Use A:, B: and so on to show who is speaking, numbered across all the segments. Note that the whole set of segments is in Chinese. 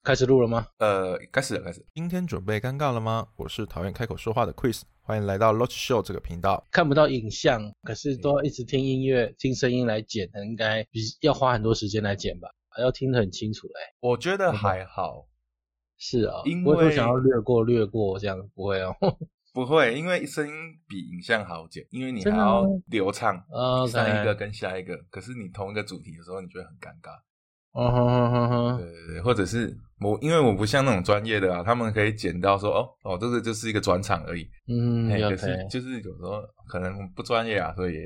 A: 开始录了吗？
B: 开始了。
C: 今天准备尴尬了吗？我是讨厌开口说话的 Chris， 欢迎来到 Loch Show 这个频道。
A: 看不到影像，可是都要一直听音乐、听声音来剪，应该要花很多时间来剪吧？还要听得很清楚嘞。
B: 我觉得还好。
A: 是啊，
B: 因为
A: 不会说想要略过这样，不会哦。
B: 不会，因为声音比影像好剪，因为你还要流畅，上一个跟下一个。可是你同一个主题的时候，你就会很尴尬。对，或者是因为我不像那种专业的啊，他们可以剪到说这个就是一个转场而已。可是就是有时候可能不专业啊，所以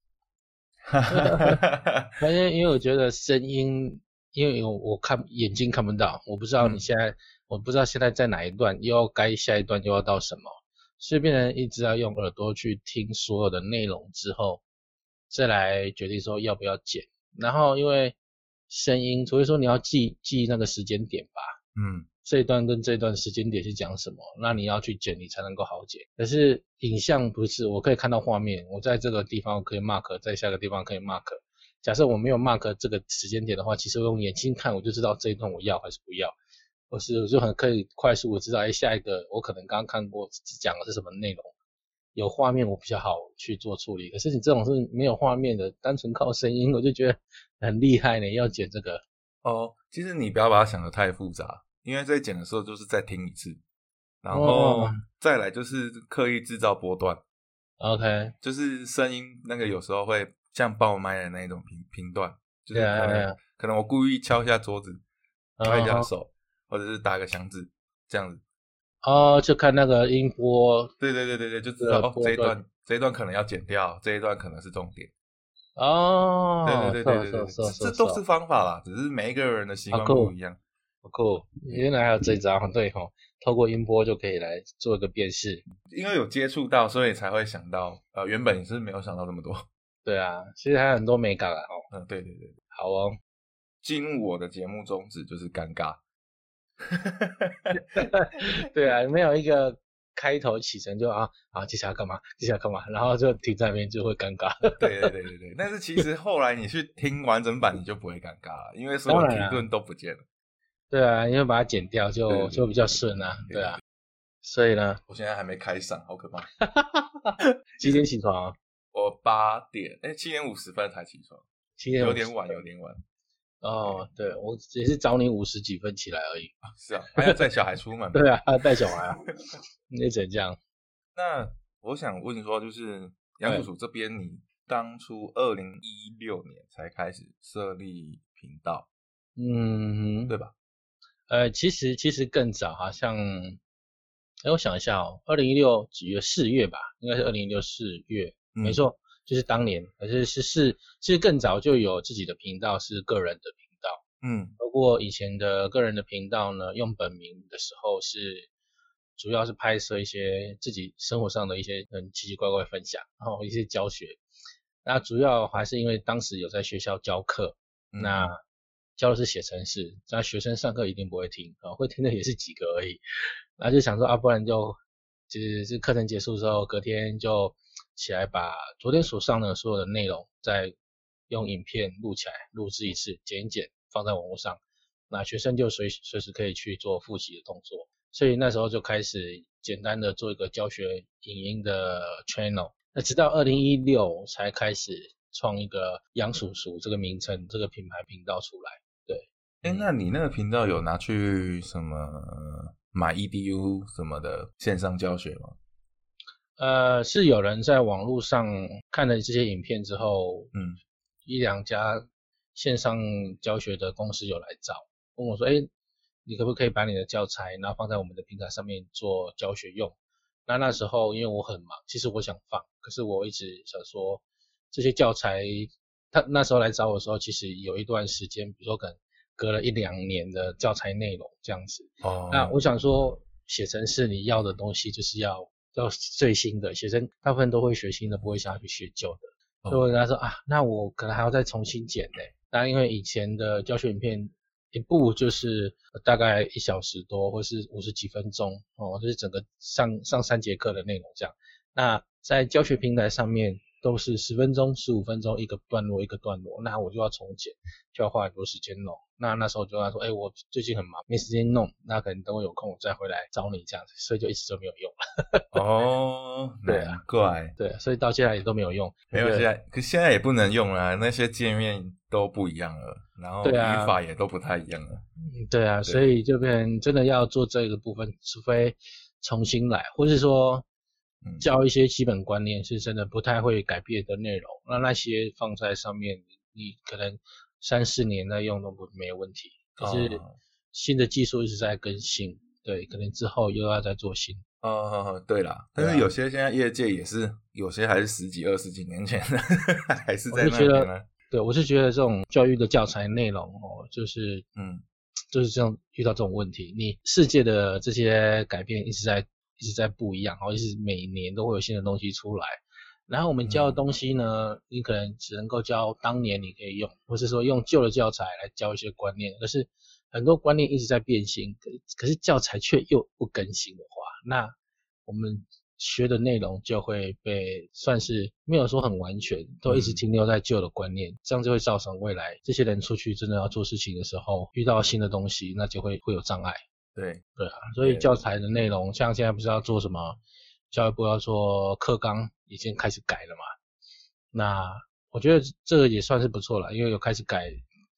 A: 反正因为我觉得声音，因为我眼睛看不到，我不知道你现在，我不知道现在在哪一段，又要该下一段又要到什么，所以变成一直要用耳朵去听所有的内容之后，再来决定说要不要剪。然后因为声音，所以说你要记那个时间点吧。这一段跟这一段时间点是讲什么，那你要去剪，你才能够好剪。可是影像不是，我可以看到画面，我在这个地方可以 mark， 在下个地方可以 mark。假设我没有 mark 这个时间点的话，其实我用眼睛看我就知道这一段我要还是不要，或是我就很可以快速的知道，下一个我可能刚刚看过讲的是什么内容。有画面我比较好去做处理，可是你这种是没有画面的，单纯靠声音，我就觉得很厉害呢，要剪这个。
B: 其实你不要把它想得太复杂，因为在剪的时候就是再听一次，然后再来就是刻意制造波段。
A: OK，
B: 就是声音那个有时候会像爆麦的那种频段，就是可能我故意敲一下桌子，拍一下手，或者是打个响指这样子。
A: 就看那个音波。
B: 对，就知道这一段可能要剪掉，这一段可能是重点。对，这都是方法啦，只是每一个人的习惯不一样。
A: 好酷，原来还有这招。对齁，透过音波就可以来做一个辨识。
B: 因为有接触到，所以才会想到，原本也是没有想到这么多。
A: 对啊，其实还有很多美感啊。
B: 对，
A: 好哦。
B: 进入我的节目宗旨就是尴尬。
A: 对啊，没有一个开头起程就接下来干嘛，然后就停在那边就会尴尬。
B: 对，但是其实后来你去听完整版你就不会尴尬了，因为所有停顿都不见了。
A: 对啊，因为把它剪掉就比较顺啊。对啊，所以呢，
B: 我现在还没开嗓，好可怕。
A: 几点起床啊？
B: 我8点，7点50分才起床。有点晚。
A: 对，我也是找你50几分起来而已。
B: 是啊，还要带小孩出门。
A: 对啊，还要带小孩啊。你只能这样。那
B: 我想问说，就是杨叔叔这边，你当初2016年才开始设立频道，对吧？
A: 其实更早，好像，我想一下2016几月？4月吧，应该是2016 4月，没错。就是当年，可是其实更早就有自己的频道，是个人的频道。不过以前的个人的频道呢，用本名的时候主要是拍摄一些自己生活上的一些奇奇怪怪分享，然后一些教学。那主要还是因为当时有在学校教课，那教的是写程式，那学生上课一定不会听，会听的也是几个而已。那就想说不然就是课程结束之后，隔天就起来把昨天所上的所有的内容再用影片录起来，录制一次，剪一剪，放在网络上，那学生就随时可以去做复习的动作。所以那时候就开始简单的做一个教学影音的 channel。那直到2016才开始创一个杨叔叔这个名称，这个品牌频道出来。对。
B: 那你那个频道有拿去什么买 EDU 什么的线上教学吗？
A: 是有人在网络上看了这些影片之后，一两家线上教学的公司有来找，问我说，你可不可以把你的教材然后放在我们的平台上面做教学用？那时候因为我很忙，其实我想放，可是我一直想说这些教材，他那时候来找我的时候，其实有一段时间，比如说可能隔了1-2年的教材内容这样子。那我想说写程式你要的东西就是要最新的，学生大部分都会学新的，不会想要去学旧的。所以我跟他说那我可能还要再重新剪那因为以前的教学影片一部就是大概1小时多，或是50几分钟就是整个上3节课的内容这样。那在教学平台上面都是10分钟、15分钟一个段落一个段落，那我就要重剪，就要花很多时间弄。那时候我就跟他说，我最近很忙，没时间弄，那可能等我有空我再回来找你这样子，所以就一直都没有用了。
B: 哦，难怪。
A: 对，所以到现在也都没有用。
B: 没有可现在也不能用了，那些界面都不一样了，然后语法也都不太一样了。
A: 对啊，所以就变成真的要做这个部分，除非重新来，或是说教一些基本观念是真的不太会改变的内容，那些放在上面，你可能3-4年再用都没有问题。可是新的技术一直在更新，对，可能之后又要再做新。
B: 对啦，但是有些现在业界也是，有些还是10几20几年前的还是在那边啊。
A: 对，我是觉得这种教育的教材内容就是这样遇到这种问题，你世界的这些改变一直在不一样，一直每年都会有新的东西出来。然后我们教的东西呢，你可能只能够教当年你可以用，或是说用旧的教材来教一些观念，可是很多观念一直在变新，可是教材却又不更新的话，那我们学的内容就会被算是没有说很完全，都一直停留在旧的观念，这样就会造成未来这些人出去真的要做事情的时候，遇到新的东西，那就会有障碍。对啊，所以教材的内容，像现在不是要做什么，教育部要做课纲已经开始改了嘛，那我觉得这个也算是不错了，因为有开始改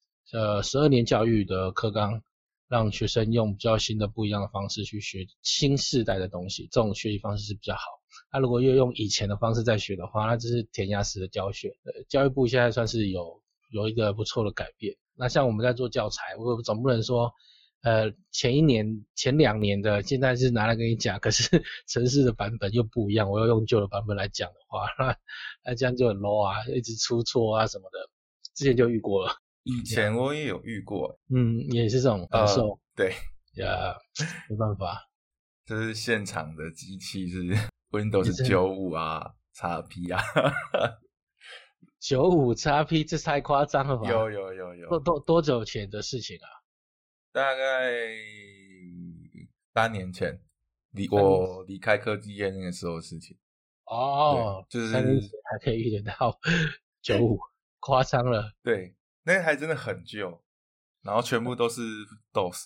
A: 12年教育的课纲，让学生用比较新的不一样的方式去学新世代的东西，这种学习方式是比较好。那如果又用以前的方式在学的话，那这是填鸭式的教学。教育部现在算是有一个不错的改变。那像我们在做教材，我总不能说前2年的现在是拿来跟你讲，可是程式的版本又不一样，我要用旧的版本来讲的话，那这样就很 low 啊，一直出错啊什么的，之前就遇过了。
B: 以前我也有遇过，
A: 也是这种感受。
B: 对
A: 呀，没办法，
B: 就是现场的机器是 Windows 95啊 XP 啊
A: 95 XP 这太夸张了吧？
B: 有
A: 多久前的事情啊？
B: 大概3年前，我离开科技业那个时候的事情。就是
A: 3年前还可以遇得到95，夸张了。
B: 对，那台真的很旧，然后全部都是 DOS。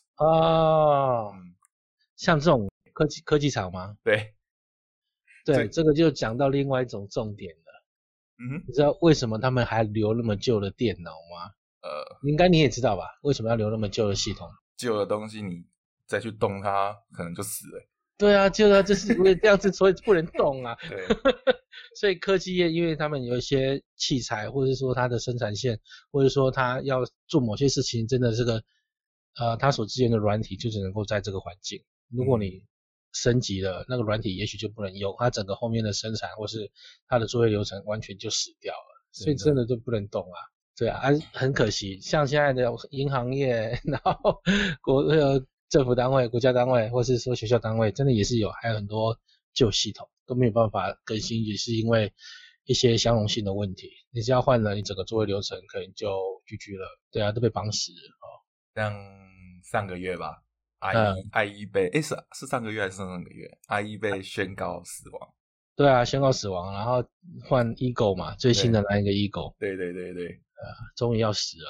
A: 像这种科技厂吗？
B: 对，
A: 这个就讲到另外一种重点了。你知道为什么他们还留那么旧的电脑吗？应该你也知道吧？为什么要留那么旧的系统？
B: 旧的东西你再去动它，可能就死了。
A: 对啊，就是因为这样子，所以不能动啊。
B: 对，
A: 所以科技业因为他们有一些器材，或者说它的生产线，或者说它要做某些事情，真的这个它所支援的软体就只能够在这个环境。如果你升级了，那个软体也许就不能用，它整个后面的生产或是它的作业流程完全就死掉了，所以真的就不能动啊。对啊，很可惜，像现在的银行业，然后政府单位、国家单位，或是说学校单位，真的也是还有很多旧系统都没有办法更新，也是因为一些相容性的问题。你只要换了，你整个作业流程可能就GG了。对啊，都被绑死了。
B: 像上个月吧，IE 被是上个月还是上个月 ，IE 被宣告死亡。
A: 对啊，宣告死亡，然后换 Eagle 嘛，最新的那一个 Eagle。
B: 对。
A: 终于要死了。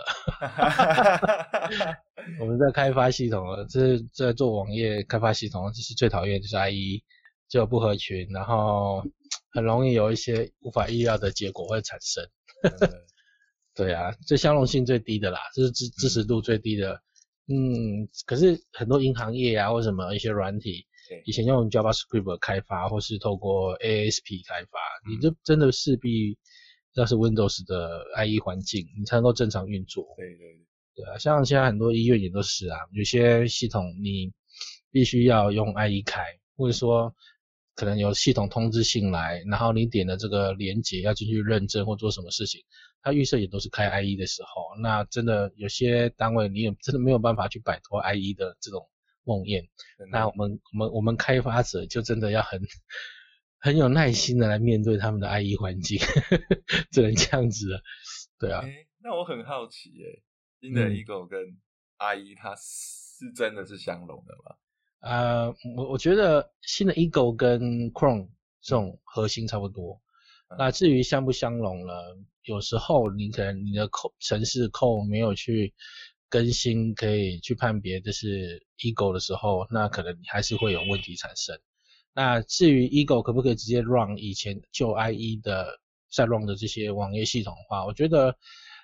A: 我们在开发系统了，这是在做网页开发系统，这是最讨厌，就是 IE 就不合群，然后很容易有一些无法意料的结果会产生。对啊，这相容性最低的啦，这是支持度最低的。可是很多银行业啊，或什么一些软体，以前用 JavaScript 开发，或是透过 ASP 开发，你就真的势必要是 Windows 的 IE 环境，你才能够正常运作。对啊，像现在很多医院也都是啊，有些系统你必须要用 IE 开，或者说可能有系统通知信来，然后你点了这个连结要进去认证或做什么事情，它预设也都是开 IE 的时候，那真的有些单位你也真的没有办法去摆脱 IE 的这种梦魇。那我们开发者就真的要很有耐心的来面对他们的 IE 环境，只能这样子了。对啊。
B: 那我很好奇新的 Eagle 跟 IE 它是真的是相容的吗？
A: 我觉得新的 Eagle 跟 Chrome 这种核心差不多， 那至于相不相容呢，有时候你可能你的程式code没有去更新，可以去判别这是 Eagle 的时候，那可能你还是会有问题产生。那至于 Eagle 可不可以直接 run 以前旧 IE 的在 run 的这些网页系统的话，我觉得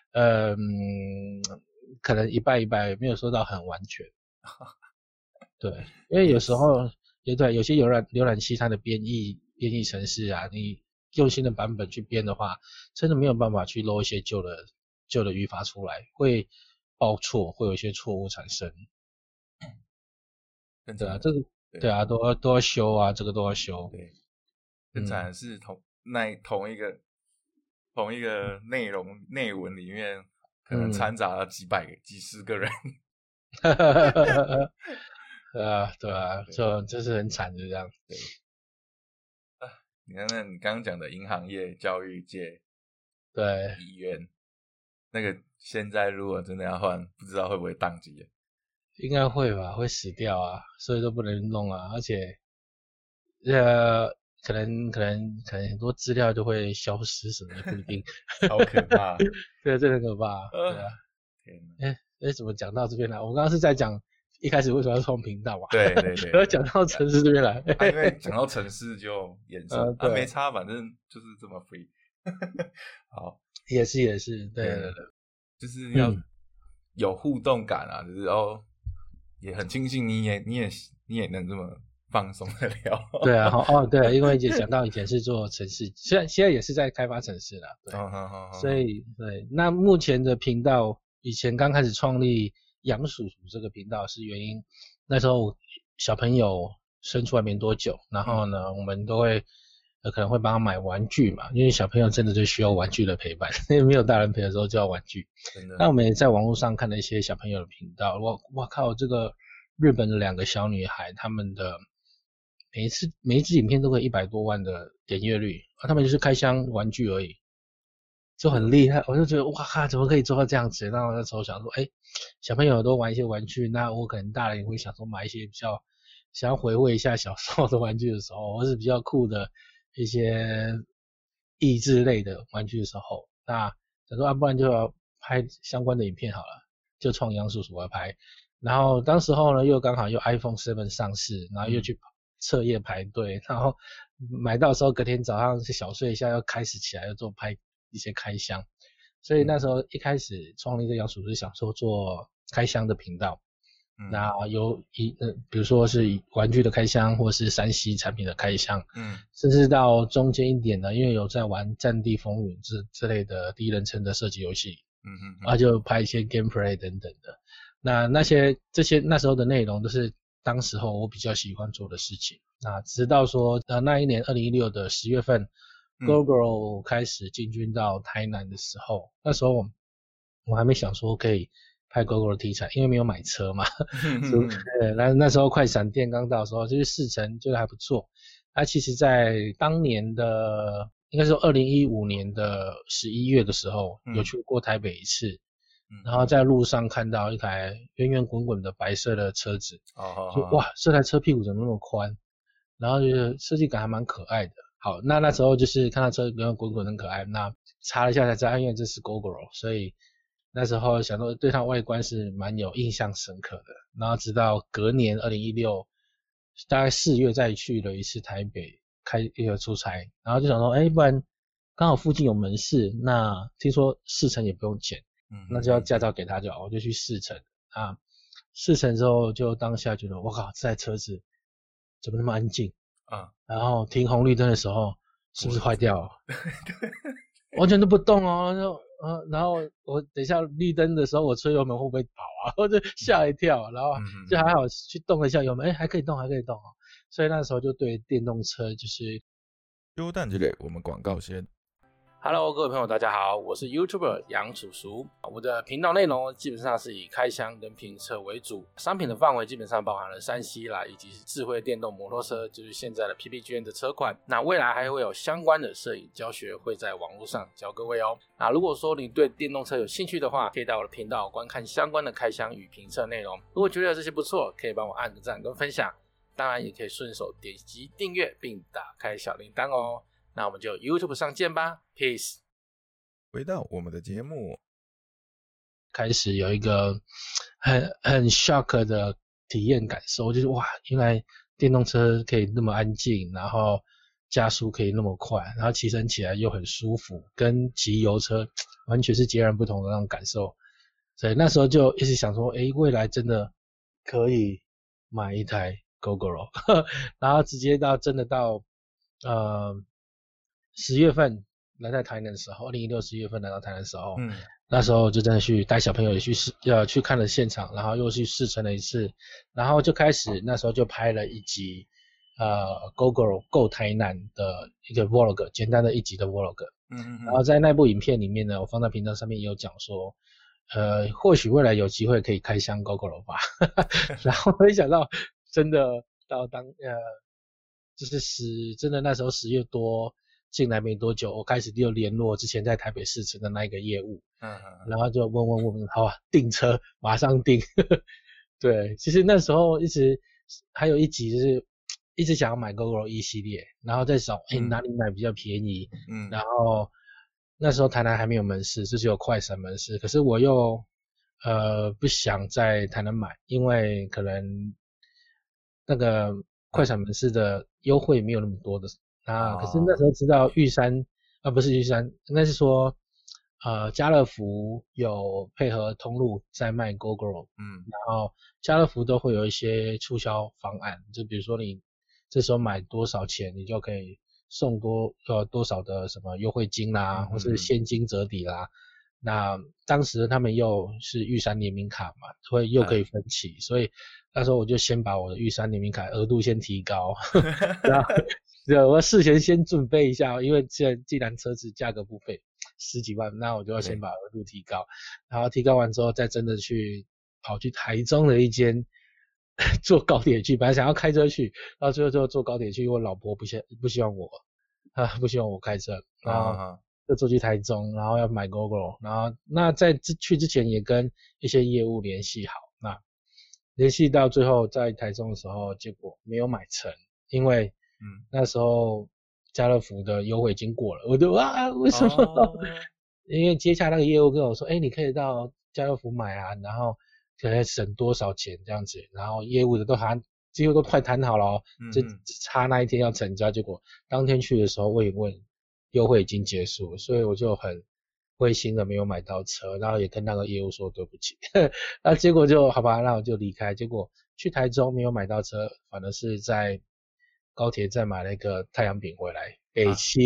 A: 可能一半一半，没有说到很完全。对，因为有时候对有些浏览器它的编译程式啊，你用新的版本去编的话，真的没有办法去漏一些旧的语法出来，会报错，会有一些错误产生。对啊，这个对啊，都要修啊，这个都要修。
B: 对，更惨的是同一个内文里面，可能掺杂了几十个人。
A: 对啊，就是很惨的这样。对。
B: 你看，你刚刚讲的银行业、教育界、
A: 对
B: 医院，那个现在如果真的要换，不知道会不会宕机？
A: 应该会吧，会死掉啊，所以都不能弄啊，而且可能很多资料就会消失什么的，不一定。
B: 好可怕。
A: 对，这很可怕。对啊。天哪。怎么讲到这边来？我刚刚是在讲一开始为什么要创频道嘛？
B: 对，
A: 然后讲到程式这边来。
B: 因为讲到程式就衍生，没差，反正就是这么 free。好，
A: 也是，对，
B: 就是要有互动感啊，就是也很庆幸你也能这么放松的聊。
A: 对啊，对，因为也讲到以前是做程式，现在也是在开发程式啦。对，所以对，那目前的频道，以前刚开始创立杨叔叔这个频道是原因，那时候小朋友生出来没多久，然后呢，我们都会可能会帮他买玩具嘛，因为小朋友真的就需要玩具的陪伴，因为没有大人陪的时候就要玩具。那我们也在网络上看了一些小朋友的频道，哇靠，这个日本的2个小女孩，他们的每一支影片都会100多万的点阅率，他们就是开箱玩具而已，就很厉害。我就觉得哇靠，怎么可以做到这样子？然后那时候想说，小朋友都玩一些玩具，那我可能大人也会想说买一些比较想要回味一下小时候的玩具的时候，或是比较酷的一些益智类的玩具的时候，那想说不然就要拍相关的影片好了，就创杨叔叔来拍。然后当时候呢，又刚好iPhone 7上市，然后又去彻夜排队，然后买到的时候隔天早上是小睡一下，又开始起来要拍一些开箱。所以那时候一开始创立这杨叔叔是想说做开箱的频道。那比如说是玩具的开箱，或是3C 产品的开箱，甚至到中间一点呢，因为有在玩战地风云之类的第一人称的射击游戏，然后就拍一些 gameplay 等等的。这些那时候的内容都是当时候我比较喜欢做的事情。那直到说那一年2016的10月份，Gogoro 开始进军到台南的时候，那时候我还没想说可以拍 Gogoro 的题材，因为没有买车嘛。那时候快闪电刚到的时候，就是试乘觉得还不错。其实在当年的应该是2015年的11月的时候，有去过台北一次。然后在路上看到一台圆圆滚滚的白色的车子，说哇，这台车屁股怎么那么宽？然后就是设计感还蛮可爱的。好，那时候就是看到车圆圆滚滚很可爱，那查了一下才知道，因为这是 Gogoro， 所以那时候想说对它外观是蛮有印象深刻的。然后直到隔年2016大概4月再去了一次台北出差，然后就想说不然刚好附近有门市，那听说试乘也不用钱，那就要驾照给他就好，我就去试乘。试乘之后就当下觉得我靠，这台车子怎么那么安静然后停红绿灯的时候是不是坏掉了？完全都不动哦。然后我等一下绿灯的时候我吹油门会不会跑啊？我就吓一跳，然后就还好去动了一下油门，还可以动所以那时候就对电动车就是
C: 优蛋之类。我们广告先。
A: Hello， 各位朋友，大家好，我是 YouTuber 杨叔叔。我的频道内容基本上是以开箱跟评测为主，商品的范围基本上包含了 3C 啦，以及智慧电动摩托车，就是现在的 PPGN 的车款。那未来还会有相关的摄影教学会在网络上教各位哦。那如果说你对电动车有兴趣的话，可以到我的频道观看相关的开箱与评测内容。如果觉得这些不错，可以帮我按个赞跟分享，当然也可以顺手点击订阅并打开小铃铛哦。 那我们就 YouTube 上见吧 ，Peace。
C: 回到我们的节目，
A: 开始有一个很 shock 的体验感受，就是哇，原来电动车可以那么安静，然后加速可以那么快，然后骑乘起来又很舒服，跟骑油车完全是截然不同的那种感受。所以那时候就一直想说，未来真的可以买一台 Gogoro 然后直接真的到10月份来到台南的时候，2016 10月份来到台南的时候，那时候就真的去带小朋友也去看了现场，然后又去试乘了一次，然后就开始那时候就拍了一集Gogoro 购台南的一个 vlog， 简单的一集的 vlog。然后在那部影片里面呢，我放在频道上面也有讲说，或许未来有机会可以开箱 Gogoro 吧。然后没想到真的到就是真的那时候10月多进来没多久，我开始就联络之前在台北市城的那一个业务，然后就问，好啊，订车马上订。对，其实那时候还有一集就是一直想要买 Gogoro 1系列，然后再找哪里买比较便宜，然后那时候台南还没有门市，只有快闪门市，可是我又不想在台南买，因为可能那个快闪门市的优惠没有那么多的可是那时候知道不是玉山，应该是说家乐福有配合通路在卖 Gogoro，然后家乐福都会有一些促销方案，就比如说你这时候买多少钱，你就可以送多少的什么优惠金啦，或是现金折抵啦。那当时他们又是玉山联名卡嘛，又可以分期，所以那时候我就先把我的玉山联名卡额度先提高，然后我事前先准备一下，因为既然车子价格不菲10几万，那我就要先把额度提高，然后提高完之后再真的跑去台中的一间坐高铁去，本来想要开车去，然后最后就坐高铁去，因为我老婆不希望我开车，然后就坐去台中，然后要买 Gogoro， 然后那在去之前也跟一些业务联系好，那联系到最后在台中的时候，结果没有买成，因为那时候家乐福的优惠已经过了，我就为什么？因为接洽那个业务跟我说，你可以到家乐福买啊，然后可能省多少钱这样子，然后业务的几乎都快谈好了就只差那一天要成交，结果当天去的时候问一问，优惠已经结束，所以我就很灰心的没有买到车，然后也跟那个业务说对不起，那结果就好吧，那我就离开，结果去台中没有买到车，反而是在高铁站买了一个太阳饼回来，北七，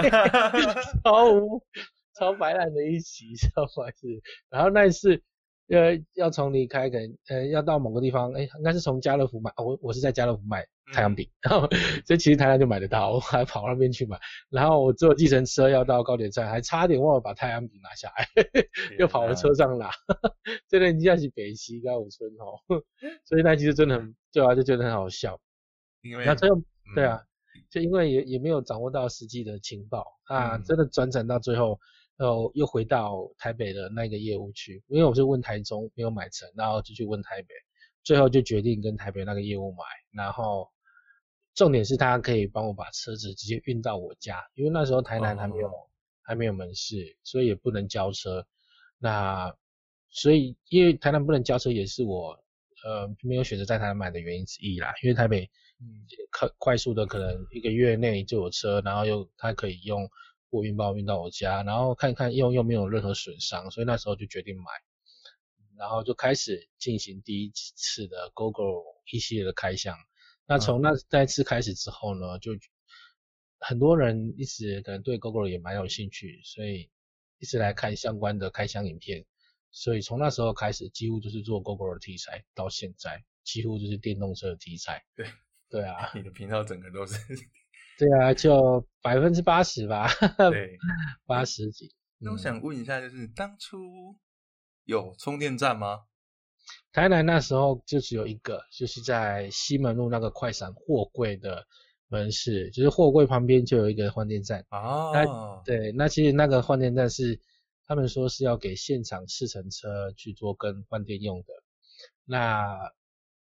A: 超白烂的一期，知道吗？然后那一次要从离开要到某个地方，应该是从家乐福买，我是在家乐福买太阳饼，然后所以其实台南就买得到，我还跑那边去买，然后我坐计程车要到高铁站，还差点忘了把太阳饼拿下来，又跑回车上拿，真的已经是北西高武村所以那其实真的就觉得很好笑，那最后对啊，就因为也没有掌握到实际的情报真的转到最后。又回到台北的那个业务去，因为我是问台中没有买成，然后就去问台北，最后就决定跟台北那个业务买，然后重点是他可以帮我把车子直接运到我家，因为那时候台南还没有门市，所以也不能交车，所以因为台南不能交车也是我没有选择在台南买的原因之一啦，因为台北快速的可能1个月内就有车，然后它可以用货运包运到我家，然后看看又没有任何损伤，所以那时候就决定买，然后就开始进行第一次的 Gogoro 一系列的开箱。那从那次开始之后呢，就很多人一直可能对 Gogoro 也蛮有兴趣，所以一直来看相关的开箱影片，所以从那时候开始几乎就是做 Gogoro 的题材，到现在几乎就是电动车的题材。对啊，
B: 你的频道整个都是
A: 对啊，就80%吧，
B: 对
A: ，80几。
B: 那我想问一下，就是当初有充电站吗？
A: 台南那时候就只有一个，就是在西门路那个快闪货柜的门市，就是货柜旁边就有一个换电站。对，那其实那个换电站是他们说是要给现场试乘车去做跟换电用的。那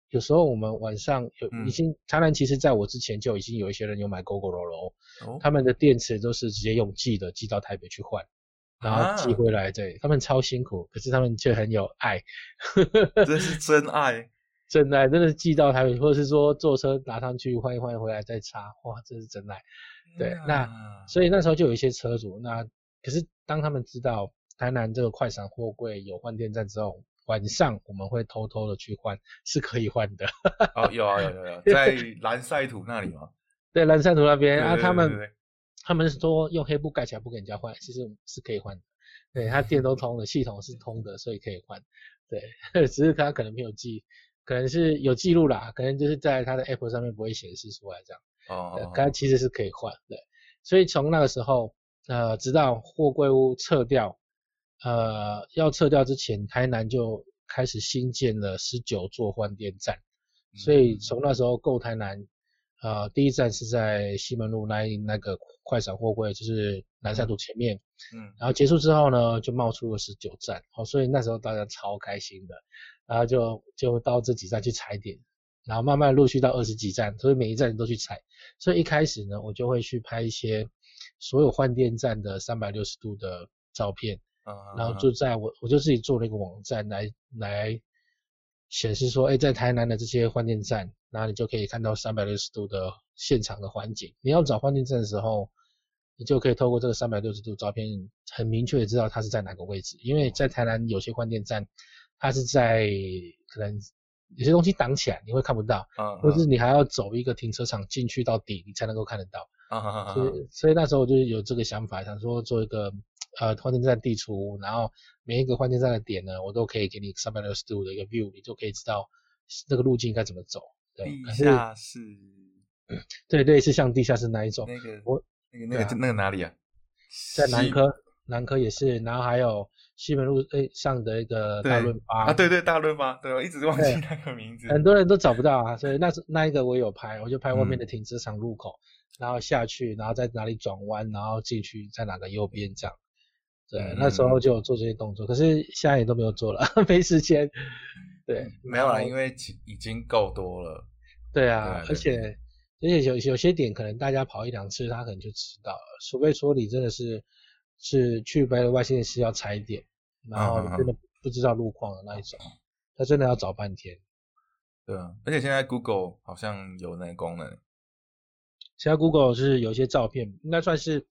A: 有时候我们晚上已经台南其实在我之前就已经有一些人有买 Gogoro 了他们的电池都是直接用寄的，寄到台北去换，然后寄回来，对，他们超辛苦，可是他们却很有爱，
B: 这是真爱，
A: 真爱，真的是寄到台北，或者是说坐车拿上去换一换回来再插，哇，这是真爱。对，那所以那时候就有一些车主，那可是当他们知道台南这个快闪货柜有换电站之后，晚上我们会偷偷的去换，是可以换的。
B: 有，在蓝晒图那里吗？
A: 对，蓝晒图那边啊，
B: 对
A: 他们说用黑布盖起来不给人家换，其实是可以换的。对，它电都通的，系统是通的，所以可以换。对，只是他可能没有记，可能是有记录啦，可能就是在他的 App 上面不会显示出来这样。它其实是可以换，对。所以从那个时候，直到货柜屋撤掉，要撤掉之前，台南就开始新建了19座换电站。所以从那时候购台南，第一站是在西门路那个快闪货柜，就是南山图前面。然后结束之后呢，就冒出了19站。所以那时候大家超开心的，然后就到这几站去踩点。然后慢慢陆续到20几站，所以每一站都去踩。所以一开始呢，我就会去拍一些所有换电站的360度的照片，然后就我就自己做了一个网站来显示说，在台南的这些换电站，然后你就可以看到360度的现场的环境。你要找换电站的时候，你就可以透过这个360度照片，很明确的知道它是在哪个位置。因为在台南有些换电站，它是在可能有些东西挡起来，你会看不到，或是你还要走一个停车场进去到底，你才能够看得到。所以那时候我就有这个想法，想说做一个换电站地图，然后每一个换电站的点呢，我都可以给你360度的一个 view， 你就可以知道这个路径该怎么走。对，
B: 地下室，
A: 对，类似像地下室那一种。
B: 那个哪里啊？
A: 在南科也是，然后还有西门路上的一个大润发
B: 对，大润发，对，我一直忘记那个名字，
A: 很多人都找不到啊，所以那一个我有拍，我就拍外面的停车场入口，然后下去，然后在哪里转弯，然后进去在哪个右边这样。对，那时候就有做这些動作，可是现在也都没有做了，没時間。对，
B: 没有啦，因为已經夠多了。
A: 对啊，而且有些点可能大家跑1-2次，他可能就知道了。除非说你真的是去别的外县市要踩点，然后你真的不知道路况的那一种，他真的要找半天。
B: 对啊，而且现在 Google 好像有那个功能。
A: 现在 Google 是有一些照片，应该算是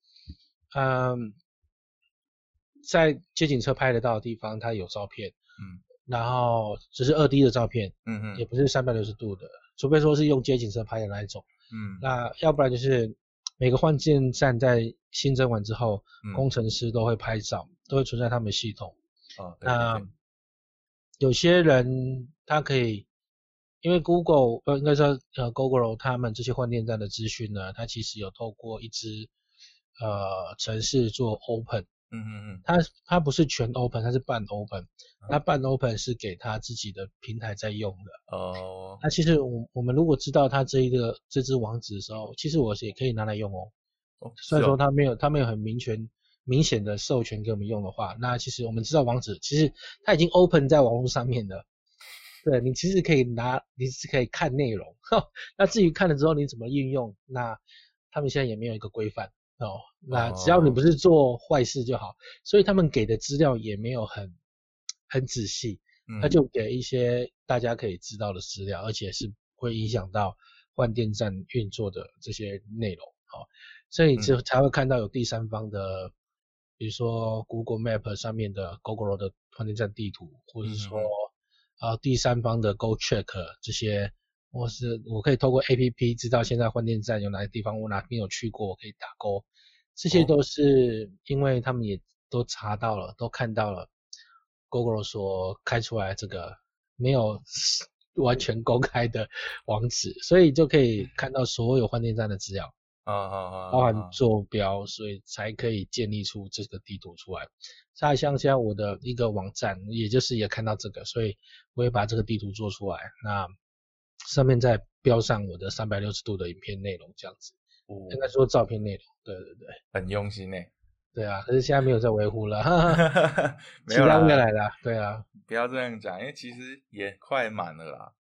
A: 在街景车拍得到的地方，它有照片，然后只是2D 的照片，也不是360度的，除非说是用街景车拍的那一种，那要不然就是每个换电站在新增完之后，工程师都会拍照，都会存在他们系统。那有些人他可以，因为 Google 应该说Gogoro 他们这些换电站的资讯呢，它其实有透过一支程式做 open。它不是全 open， 它是半 open， 那半 open 是给他自己的平台在用的。那其实我们如果知道它这支网址的时候，其实我也可以拿来用哦。虽然说它没有很明显的授权给我们用的话，那其实我们知道网址，其实它已经 open 在网络上面的。对，你其实你是可以看内容。那至于看了之后你怎么运用，那他们现在也没有一个规范。那只要你不是做坏事就好，所以他们给的资料也没有很仔细，他就给一些大家可以知道的资料，而且是会影响到换电站运作的这些内容。所以就才会看到有第三方的，比如说 Google Map 上面的 Gogoro 的换电站地图，或者是说第三方的 GoCheck 这些，或是我可以透过 APP 知道现在换电站有哪些地方我哪边有去过，我可以打勾。这些都是因为他们也都查到了，都看到了 Gogoro 所开出来这个没有完全公开的网址，所以就可以看到所有换电站的资料，包含坐标，所以才可以建立出这个地图出来。像现在我的一个网站，也就是也看到这个，所以我也把这个地图做出来，那上面再标上我的360度的影片内容，这样子。应该说照片内容，对，
B: 很用心欸。
A: 对啊，可是现在没有在维护了，
B: 没有啦，
A: 期待未来啦，对啊，
B: 不要这样讲，因为其实也快满了啦。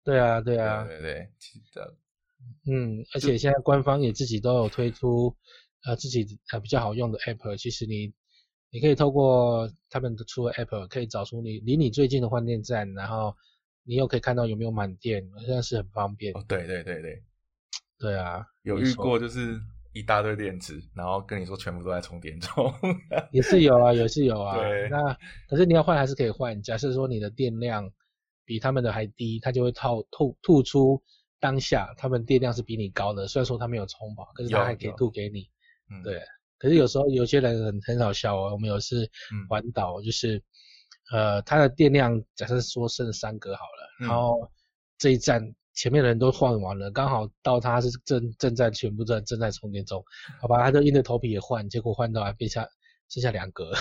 A: 对啊，
B: 对其实
A: 而且现在官方也自己都有推出自己比较好用的 app， 其实你可以透过他们出的 app 可以找出你离你最近的换电站，然后你又可以看到有没有满电，现在是很方便。
B: 对，
A: 对啊，
B: 有遇过就是一大堆电池，然后跟你说全部都在充电中。
A: 也是有啊。
B: 对，
A: 那可是你要换还是可以换，假设说你的电量比他们的还低，它就会吐出当下他们电量是比你高的，虽然说他没有充饱，可是他还可以吐给你。对，可是有时候有些人很好笑哦，我们有次环岛就是他的电量假设说剩3格好了，然后这一站前面的人都换完了，刚好到他是正在全部正在充电中，好吧，他就硬着头皮也换，结果换到还剩下2格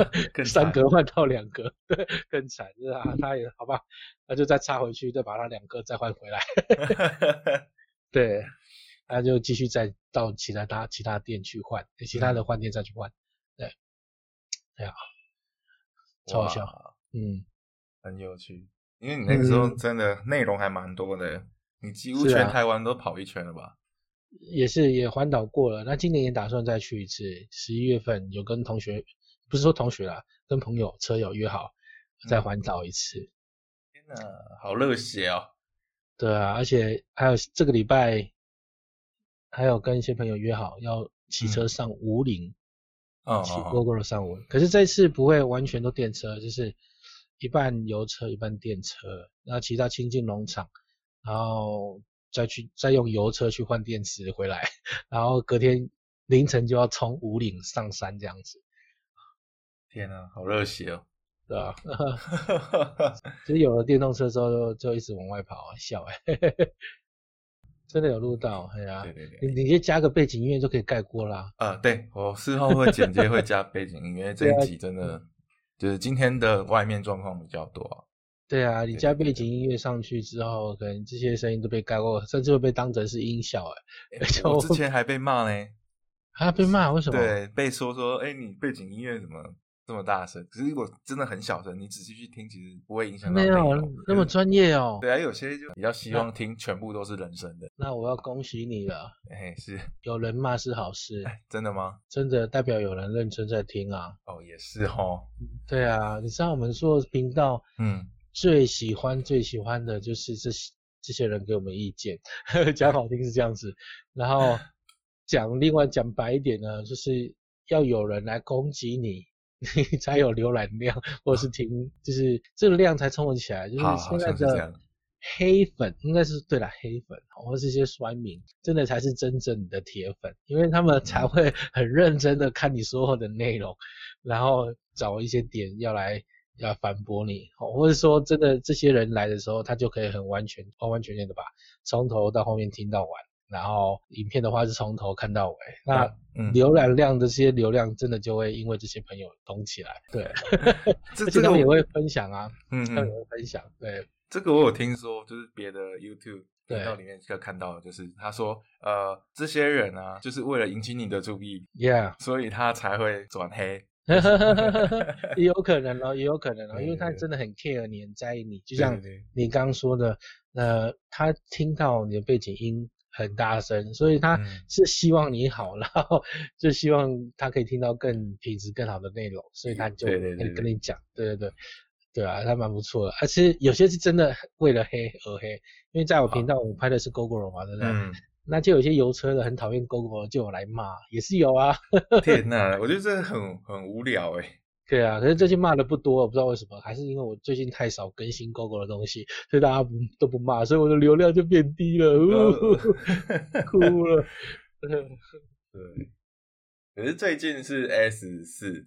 A: ，3格换到2格，对，更惨，就是他也好吧，那就再插回去，再把他2格再换回来，对，他就继续再到其他店去换，其他的换店再去换，对啊，超好笑，
B: 很有趣。因为你那个时候真的内容还蛮多的，你几乎全台湾都跑一圈了吧？
A: 也环岛过了，那今年也打算再去一次。11月份有跟同学，不是说同学啦，跟朋友车友约好再环岛一次。
B: 天哪，好热血哦！
A: 对啊，而且还有这个礼拜还有跟一些朋友约好要骑车上武岭，骑 GoGo 上武岭。可是这次不会完全都电车，就是一半油车一半电车，然后骑到清境农场，然后再用油车去换电池回来，然后隔天凌晨就要冲武岭上山这样子。
B: 天哪，好热血哦！
A: 对啊，其实有了电动车之后就一直往外跑啊，笑真的有录到，对啊，你就加个背景音乐就可以盖过啦。
B: 对，我事后会剪接会加背景音乐，这一集真的就是今天的外面状况比较多啊。
A: 对啊，你加背景音乐上去之后，可能这些声音都被盖过，甚至会被当成是音效
B: 我之前还被骂呢。
A: 被骂？为什么？
B: 对，被说你背景音乐怎么这么大声？可是如果真的很小声，你仔细去听，其实不会影响到内容。
A: 没有那么专业哦。
B: 对啊，有些就比较希望听全部都是人声的。
A: 那我要恭喜你了。
B: 是
A: 有人骂是好事。
B: 真的吗？
A: 真的代表有人认真在听啊。
B: 也是齁。
A: 对啊，你知道我们说频道最喜欢的就是这些人给我们意见，讲好听是这样子，然后另外讲白一点呢，就是要有人来攻击你才有浏览量，或者是就是这个量才冲得起来，就是现在的黑粉应该是对啦，黑粉或是一些酸民，真的才是真正的铁粉，因为他们才会很认真的看你所有的内容，然后找一些点要反驳你，或者说真的这些人来的时候，他就可以很完完全全的把从头到后面听到完，然后影片的话是从头看到尾，那浏览量的这些流量真的就会因为这些朋友动起来，对，而且他们也会分享啊，他们也会分享，对，
B: 这个我有听说，就是别的 YouTube 频道里面就看到，就是他说这些人啊，就是为了引起你的注意
A: ，Yeah，
B: 所以他才会转黑。
A: 也有可能哦，因为他真的很 care 你，很在意你，就像你刚刚说的，他听到你的背景音很大声，所以他是希望你好，然后就希望他可以听到更品质更好的内容，所以他就跟你讲，对啊，他蛮不错的，而且有些是真的为了黑而黑，因为在我频道我拍的是 GoGo 嘛，对不对？那就有些油车的很讨厌 GoGo 就有来骂，也是有啊。
B: 天哪，我觉得这很无聊
A: 对啊，可是最近骂的不多，我不知道为什么，还是因为我最近太少更新 GoGo 的东西，所以大家都不骂，所以我的流量就变低了，哭了。
B: 对，可是最近是 S4，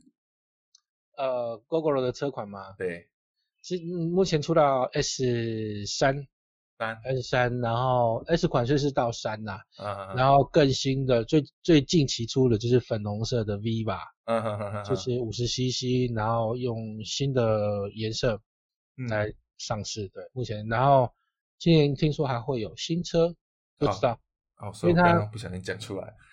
A: GoGo 的车款吗？
B: 对，
A: 其实目前出到 S3，然后 S 款是到3啦，然后更新的最近期出的就是粉红色的 V 吧，就是 50cc， 然后用新的颜色来上市，对，目前，然后今年听说还会有新车，不知道，
B: 所以我刚刚不小心讲出来，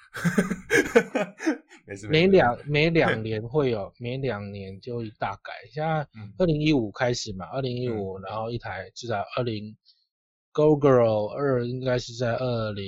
A: 每两年会有，每2年就会大改，像2015开始嘛，2015，然后一台至少 Gogoro 2应该是在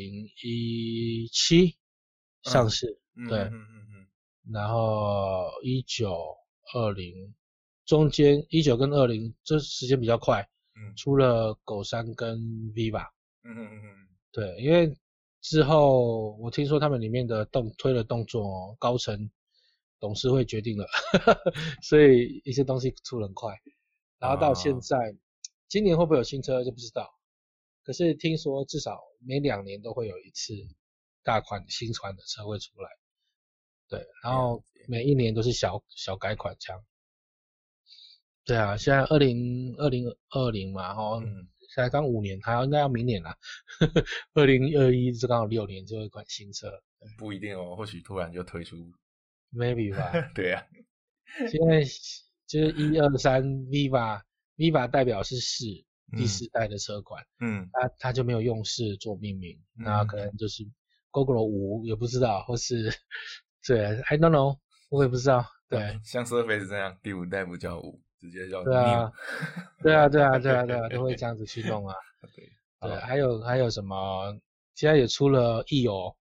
A: 2017上市，对，然后19、20中间19跟20这时间比较快，出了狗山跟 Viva，对，因为之后我听说他们里面的推的动作高层董事会决定了所以一些东西出得很快，然后到现在今年会不会有新车就不知道，可是听说至少每2年都会有一次大款新款的车会出来，对，然后每1年都是小改款这样，对啊，现在2020嘛，现在刚5年，还应该要明年啦2021是刚好6年就有一款新车，
B: 不一定哦，或许突然就推出
A: maybe 吧
B: 对啊，
A: 现在就是123 Viva 代表是4第4代的车款，它就没有用4做命名，那可能就是 Gogoro 5也不知道，或是对 I don't know 我也不知道，对，
B: 像 Surface 这样第5代不叫5直接叫 New
A: 对啊都会这样子去弄啊对，还有什么现在也出了 EO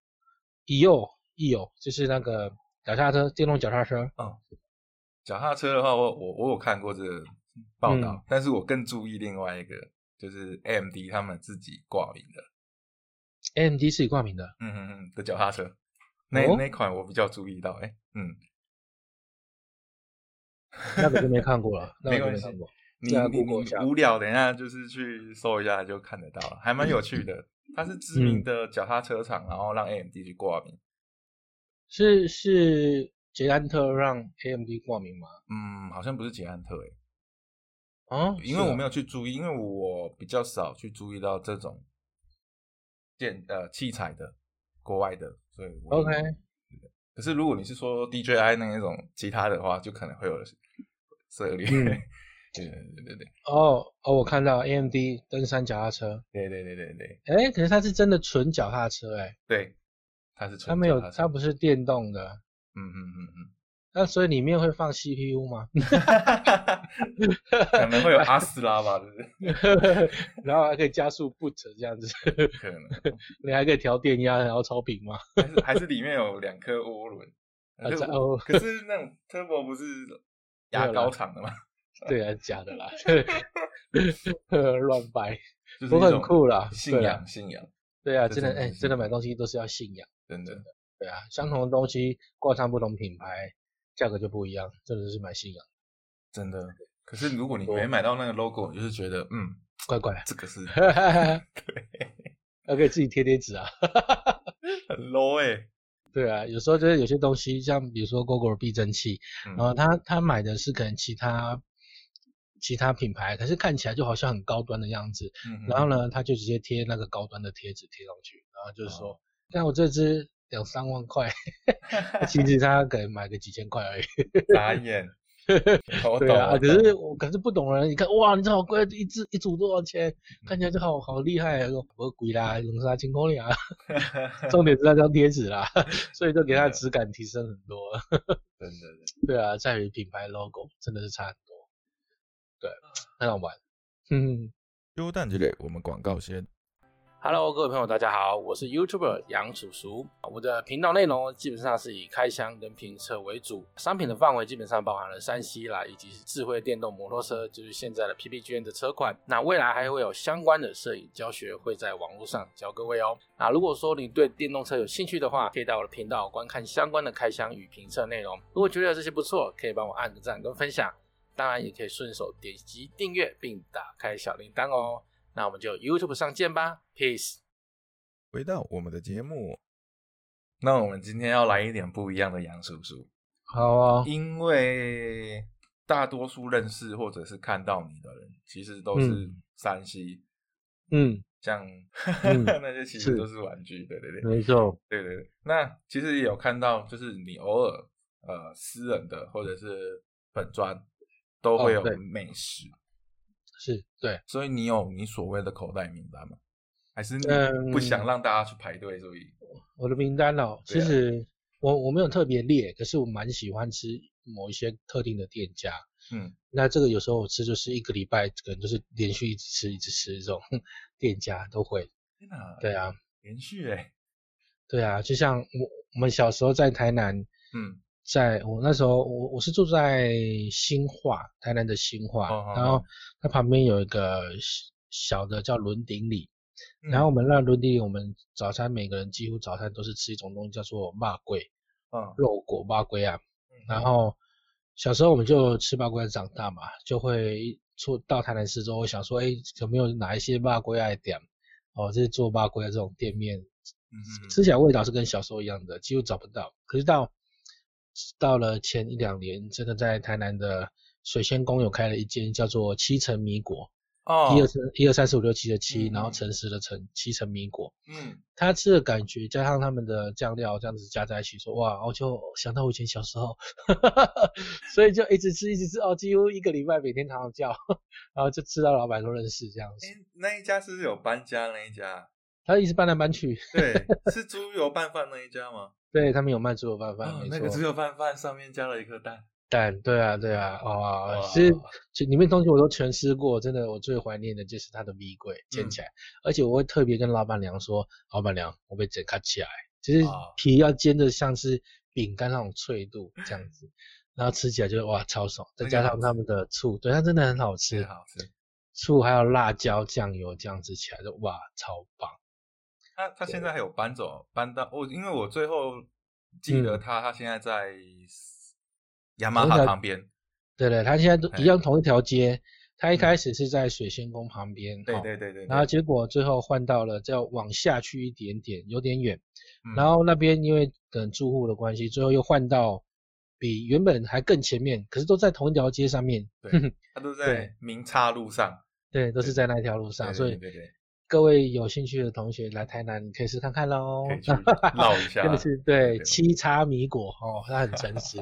A: 就是那个脚踏车，电动脚踏车，
B: 脚踏车的话我有看过这个报道，但是我更注意另外一个，就是 AMD 他们自己挂名的
A: AMD 自己挂名的
B: 的脚踏车，那款我比较注意到
A: 那个就没看过了
B: 没关系，你无聊等一下就是去搜一下就看得到了，还蛮有趣的它是知名的脚踏车厂然后让 AMD 去挂名，
A: 是捷安特让 AMD 挂名吗？
B: 好像不是捷安特
A: 因
B: 为我没有去注意，因为我比较少去注意到这种器材的国外的，所以
A: OK。
B: 可是如果你是说 DJI 那一种其他的话，就可能会有涉猎。对。
A: 我看到 AMD 登山脚踏车。
B: 对。
A: 可是它是真的纯脚踏车
B: 对，它是纯脚踏车。
A: 它不是电动的。那所以里面会放 CPU 吗？
B: 可能会有阿斯拉吧，对不
A: 对？然后还可以加速 boot 这样子。
B: 可能。
A: 你还可以调电压，然后超频吗？
B: 还是里面有2颗涡轮。可是那种 Turbo 不是压高厂的吗？
A: 对啊，假的啦。乱掰。不过很酷啦。
B: 信仰。
A: 对啊，真的买东西都是要信仰。
B: 真的。
A: 对啊，相同的东西挂上不同品牌，价格就不一样，真的是买信仰。
B: 真的。可是如果你没买到那个 logo， 你就是觉得
A: 怪怪，
B: 这个是
A: 对，还可以自己贴纸啊。
B: 很 low
A: 对啊，有时候就是有些东西，像比如说 Gogoro 避震器，然后他买的是可能其他品牌，可是看起来就好像很高端的样子，然后呢，他就直接贴那个高端的贴纸贴上去，然后就是说，像我这支2-3万块，其实他可能买个几千块而已。
B: 傻眼。
A: 对啊，可是不懂人，你看哇，你这好贵，一组多少钱？看起来就好厉害，我贵啦，2-3千块啦。重点是那张贴纸啦，所以就给它质感提升很多。
B: 真的。
A: 对啊，在于品牌 logo 真的是差很多。对，很好玩。
C: 优蛋这类我们广告先。
A: Hello， 各位朋友，大家好，我是 YouTuber 杨叔叔。我的频道内容基本上是以开箱跟评测为主，商品的范围基本上包含了3C 啦，以及智慧电动摩托车，就是现在的 PPGN 的车款。那未来还会有相关的摄影教学会在网络上教各位哦。那如果说你对电动车有兴趣的话，可以到我的频道观看相关的开箱与评测内容。如果觉得这些不错，可以帮我按个赞跟分享，当然也可以顺手点击订阅并打开小铃铛哦。那我们就 YouTube 上见吧 ，Peace。
C: 回到我们的节目，
B: 那我们今天要来一点不一样的杨叔叔。
A: 好啊，
B: 因为大多数认识或者是看到你的人，其实都是3C，像那些其实都是玩具，对，
A: 没错，
B: 对。那其实也有看到，就是你偶尔私人的或者是本专都会有美食。
A: 是，对，
B: 所以你有你所谓的口袋名单吗？还是你不想让大家去排队？所以
A: 我的名单其实我没有特别列，可是我蛮喜欢吃某一些特定的店家。那这个有时候我吃就是1个礼拜，可能就是连续一直吃这种。 店家都会。
B: 天哪，
A: 对啊，
B: 连续欸。
A: 对啊，就像我们小时候在台南，在我那时候我是住在新化，台南的新化，然后它旁边有一个小的叫伦鼎里，然后我们那伦鼎里，我们早餐每个人几乎早餐都是吃一种东西叫做肉粿，肉粿肉粿啊，然后小时候我们就吃肉粿长大嘛，就会到台南市之后想说，有没有哪一些肉粿的店，就是做肉粿的这种店面。吃起来味道是跟小时候一样的，几乎找不到。可是到了前1-2年，真的在台南的水仙宫有开了一间叫做七层米果，1、2、3、4、5、6、7的7，然后诚实的诚，七层米果。它吃的感觉加上他们的酱料这样子加在一起，说哇，我就想到我以前小时候，所以就一直吃，几乎1个礼拜每天常常叫，然后就吃到老板都认识这样子。
B: 那一家是不是有搬家那一家？
A: 他一直搬来搬去。
B: 对，是猪油拌饭那一家吗？
A: 对，他们有卖猪油拌饭，没错。
B: 那个猪油拌饭上面加了一颗蛋。
A: 对啊，其实里面东西我都全吃过，真的我最怀念的就是它的米粿煎起来，而且我会特别跟老板娘说，老板娘我被整开起来，就是皮要煎的像是饼干那种脆度这样子，然后吃起来就哇超爽，再加上他们的醋，对，它真的很好吃，醋还有辣椒酱油这样子起来就哇超棒。
B: 他现在还有搬到因为我最后记得他现在在雅马哈旁边。
A: 对，他现在都一样同一条街。他一开始是在水仙宫旁边，
B: 对，
A: 然后结果最后换到了再往下去一点点，有点远。然后那边因为等住户的关系，最后又换到比原本还更前面，可是都在同一条街上面。
B: 对，他都在明岔路上。
A: 对，都是在那条路上，所以各位有兴趣的同学来台南，你可以试看看咯，
B: 可以去绕一下。
A: 真的是对七叉米果它很诚实。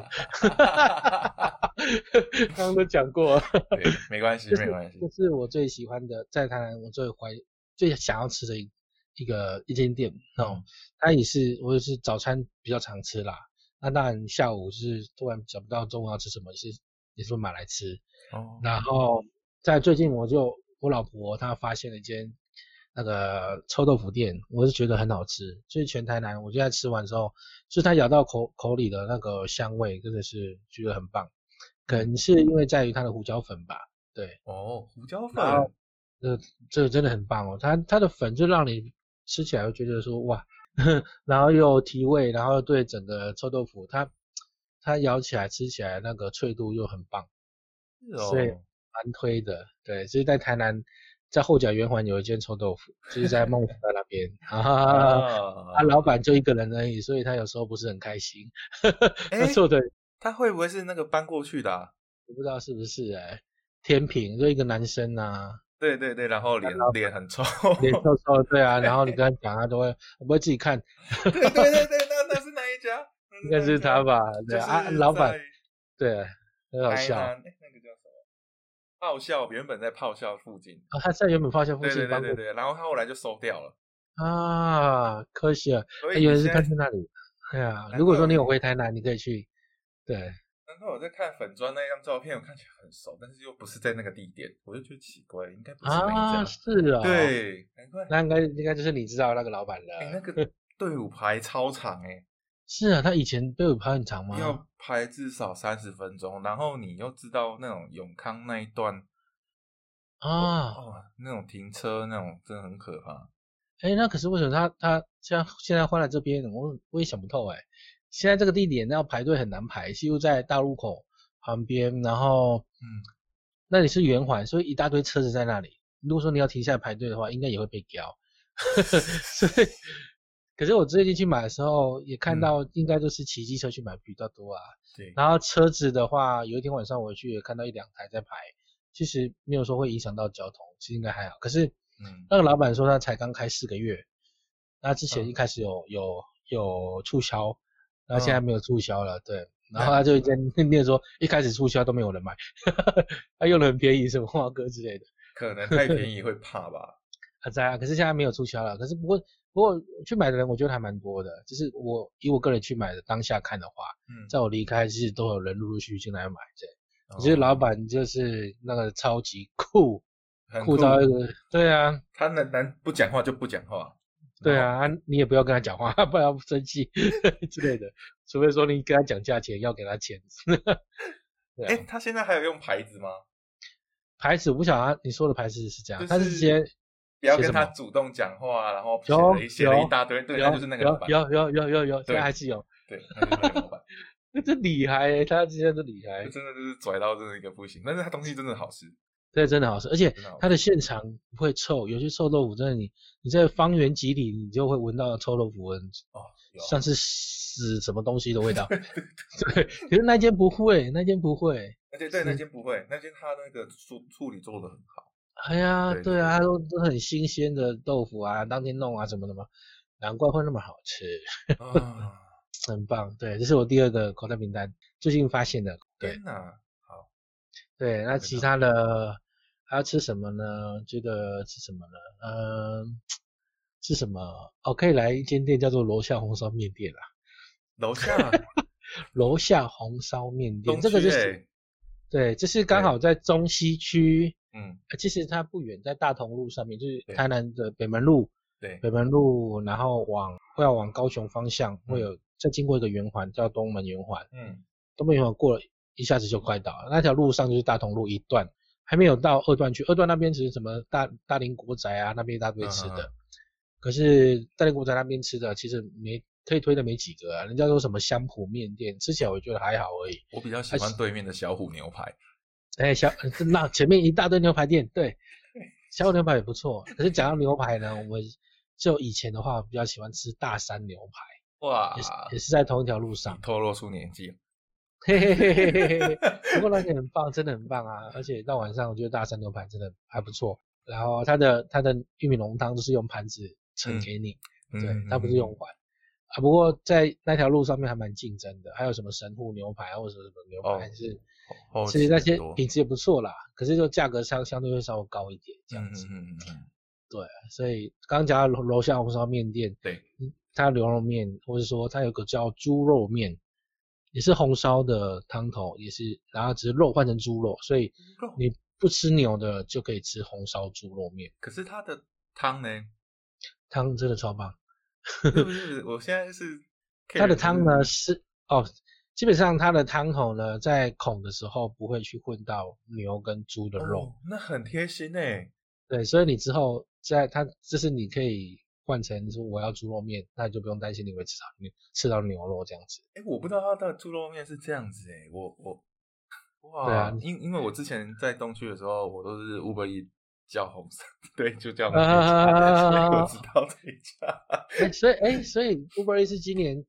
A: 刚刚都讲过。
B: 对，没关系，没关系。
A: 这是我最喜欢的，在台南我最想要吃的一间店它我也是早餐比较常吃啦。那当然下午是突然想不到中午要吃什么，也是会买来吃。然后在最近我老婆她发现了一间那个臭豆腐店，我是觉得很好吃，就是全台南我就在吃完之后，就是它咬到口里的那个香味真的是觉得很棒，可能是因为在于它的胡椒粉吧。对，
B: 胡椒粉，
A: 这个真的很棒它的粉就让你吃起来会觉得说哇，然后又提味，然后对整个臭豆腐它咬起来吃起来那个脆度又很棒，所以蛮推的。对，就是在台南，在后甲圆环有一间臭豆腐，就是在梦福的那边。老板就一个人而已，所以他有时候不是很开心。他做的，
B: 他会不会是那个搬过去的啊？
A: 我不知道是不是天平就一个男生啊。
B: 对，然后脸很臭，
A: 脸臭臭，对啊，然后你跟他讲，他都会不会自己看。
B: 对，那是哪一家？
A: 应该是他吧？对老板，对，很好笑。
B: 那个叫什么？炮校，原本在炮校附近。
A: 他在原本炮校附近。
B: 对，然后他后来就收掉了。
A: 可惜了，原来是他去那里。哎呀，如果说你有回台南，你可以去。对。
B: 然后我在看粉专那张照片，我看起来很熟，但是又不是在那个地点，我就觉得奇怪，应该不是那一家。
A: 是啊。
B: 对，难怪。
A: 那应该就是你知道那个老板了。
B: 那个队伍排超长
A: 是啊，他以前队伍排很长吗？
B: 要排至少30分钟，然后你又知道那种永康那一段那种停车那种真的很可怕。
A: 那可是为什么他现在换来这边，我也想不透现在这个地点要排队很难排，几乎在大路口旁边，然后那里是圆环，所以一大堆车子在那里。如果说你要停下来排队的话，应该也会被叼。所以，可是我最近去买的时候也看到，应该都是骑机车去买比较多啊。
B: 对。
A: 然后车子的话，有一天晚上我去也看到1-2台在排，其实没有说会影响到交通，其实应该还好。可是，那个老板说他才刚开4个月，那之前一开始有促销。然后现在没有促销了，对，然后他就念说一开始促销都没有人买，他用的很便宜，什么花哥之类的，
B: 可能太便宜会怕吧。
A: 可是现在没有促销了，可是不过去买的人我觉得还蛮多的，就是以我个人去买的当下看的话，在我离开其实都有人陆陆续续进来买，对，其实老板就是那个超级酷， 酷到一个，对啊，
B: 他能不讲话就不讲话，
A: 对啊，你也不要跟他讲话，不然不生气之类的，除非说你跟他讲价钱要给他钱。
B: 他现在还有用牌子吗？
A: 牌子我不晓得你说的牌子是这样，
B: 就是
A: 他是直接
B: 不要跟他主动讲话，然后写了一大堆，对，那就是那个老板。
A: 有，现在还是有。
B: 对，那就是那个老板。
A: 这厉害他之前都厉害，
B: 真的就是拽到真的一个不行，但是他东西真的好吃。
A: 对，真的好吃，而且它的现场不会臭，有些臭豆腐真的你在方圆几里你就会闻到臭豆腐味像是死什么东西的味道。对，可是那间不会，那间不会，
B: 那间不会，那间他那个处理做得很好。
A: 哎呀，对啊，它都很新鲜的豆腐啊，当天弄啊什么的嘛，难怪会那么好吃。很棒，对，这是我第2个口袋名单，最近发现的。对，
B: 天哪，好，
A: 对，那其他的还要吃什么呢？觉得吃什么呢？吃什么？可以来一间店叫做楼下红烧面店啦。楼下红烧面店，这个就是对，这是刚好在中西区，其实它不远，在大同路上面，就是台南的北门路，对，北门路，然后要往高雄方向，会有再经过一个圆环叫东门圆环，东门圆环过了一下子就快到了，那条路上就是大同路一段，还没有到2段去，2段那边只是什么大林国宅啊，那边一大堆吃的，可是大林国宅那边吃的其实可以推的没几个啊，人家说什么香浦面店，吃起来我觉得还好而已。
B: 我比较喜欢对面的小虎牛排。
A: 那前面一大堆牛排店，对，小虎牛排也不错。可是讲到牛排呢，我们就以前的话比较喜欢吃大山牛排，哇，也是在同一条路上。
B: 透露出年纪。
A: 嘿嘿嘿嘿嘿嘿，不过那个很棒，真的很棒啊！而且到晚上我觉得大山牛排真的还不错。然后它的玉米浓汤都是用盘子盛给你，对，它不是用碗。不过在那条路上面还蛮竞争的，还有什么神户牛排或者什么牛排，其实那些品质也不错啦，可是就价格相对会稍微高一点这样子。对，所以刚刚讲到楼下红烧面店，对，它牛肉面，或者说它有个叫猪肉面，也是红烧的汤头，也是，然后只是肉换成猪肉，所以你不吃牛的就可以吃红烧猪肉面。
B: 可是它的汤呢？
A: 汤真的超棒。
B: 不是，我现在是
A: 它的汤呢基本上它的汤头呢，在孔的时候不会去混到牛跟猪的肉，
B: 那很贴心欸。
A: 对，所以你之后就是你可以换成说我要猪肉面，那你就不用担心你会吃到牛肉这样子。
B: 我不知道它的猪肉面是这样子欸，哇，对啊，因为我之前在东区的时候，我都是 Uber Eats 叫红色，对，就叫那家，所以我知道这一家。
A: 所以 Uber Eats 是去年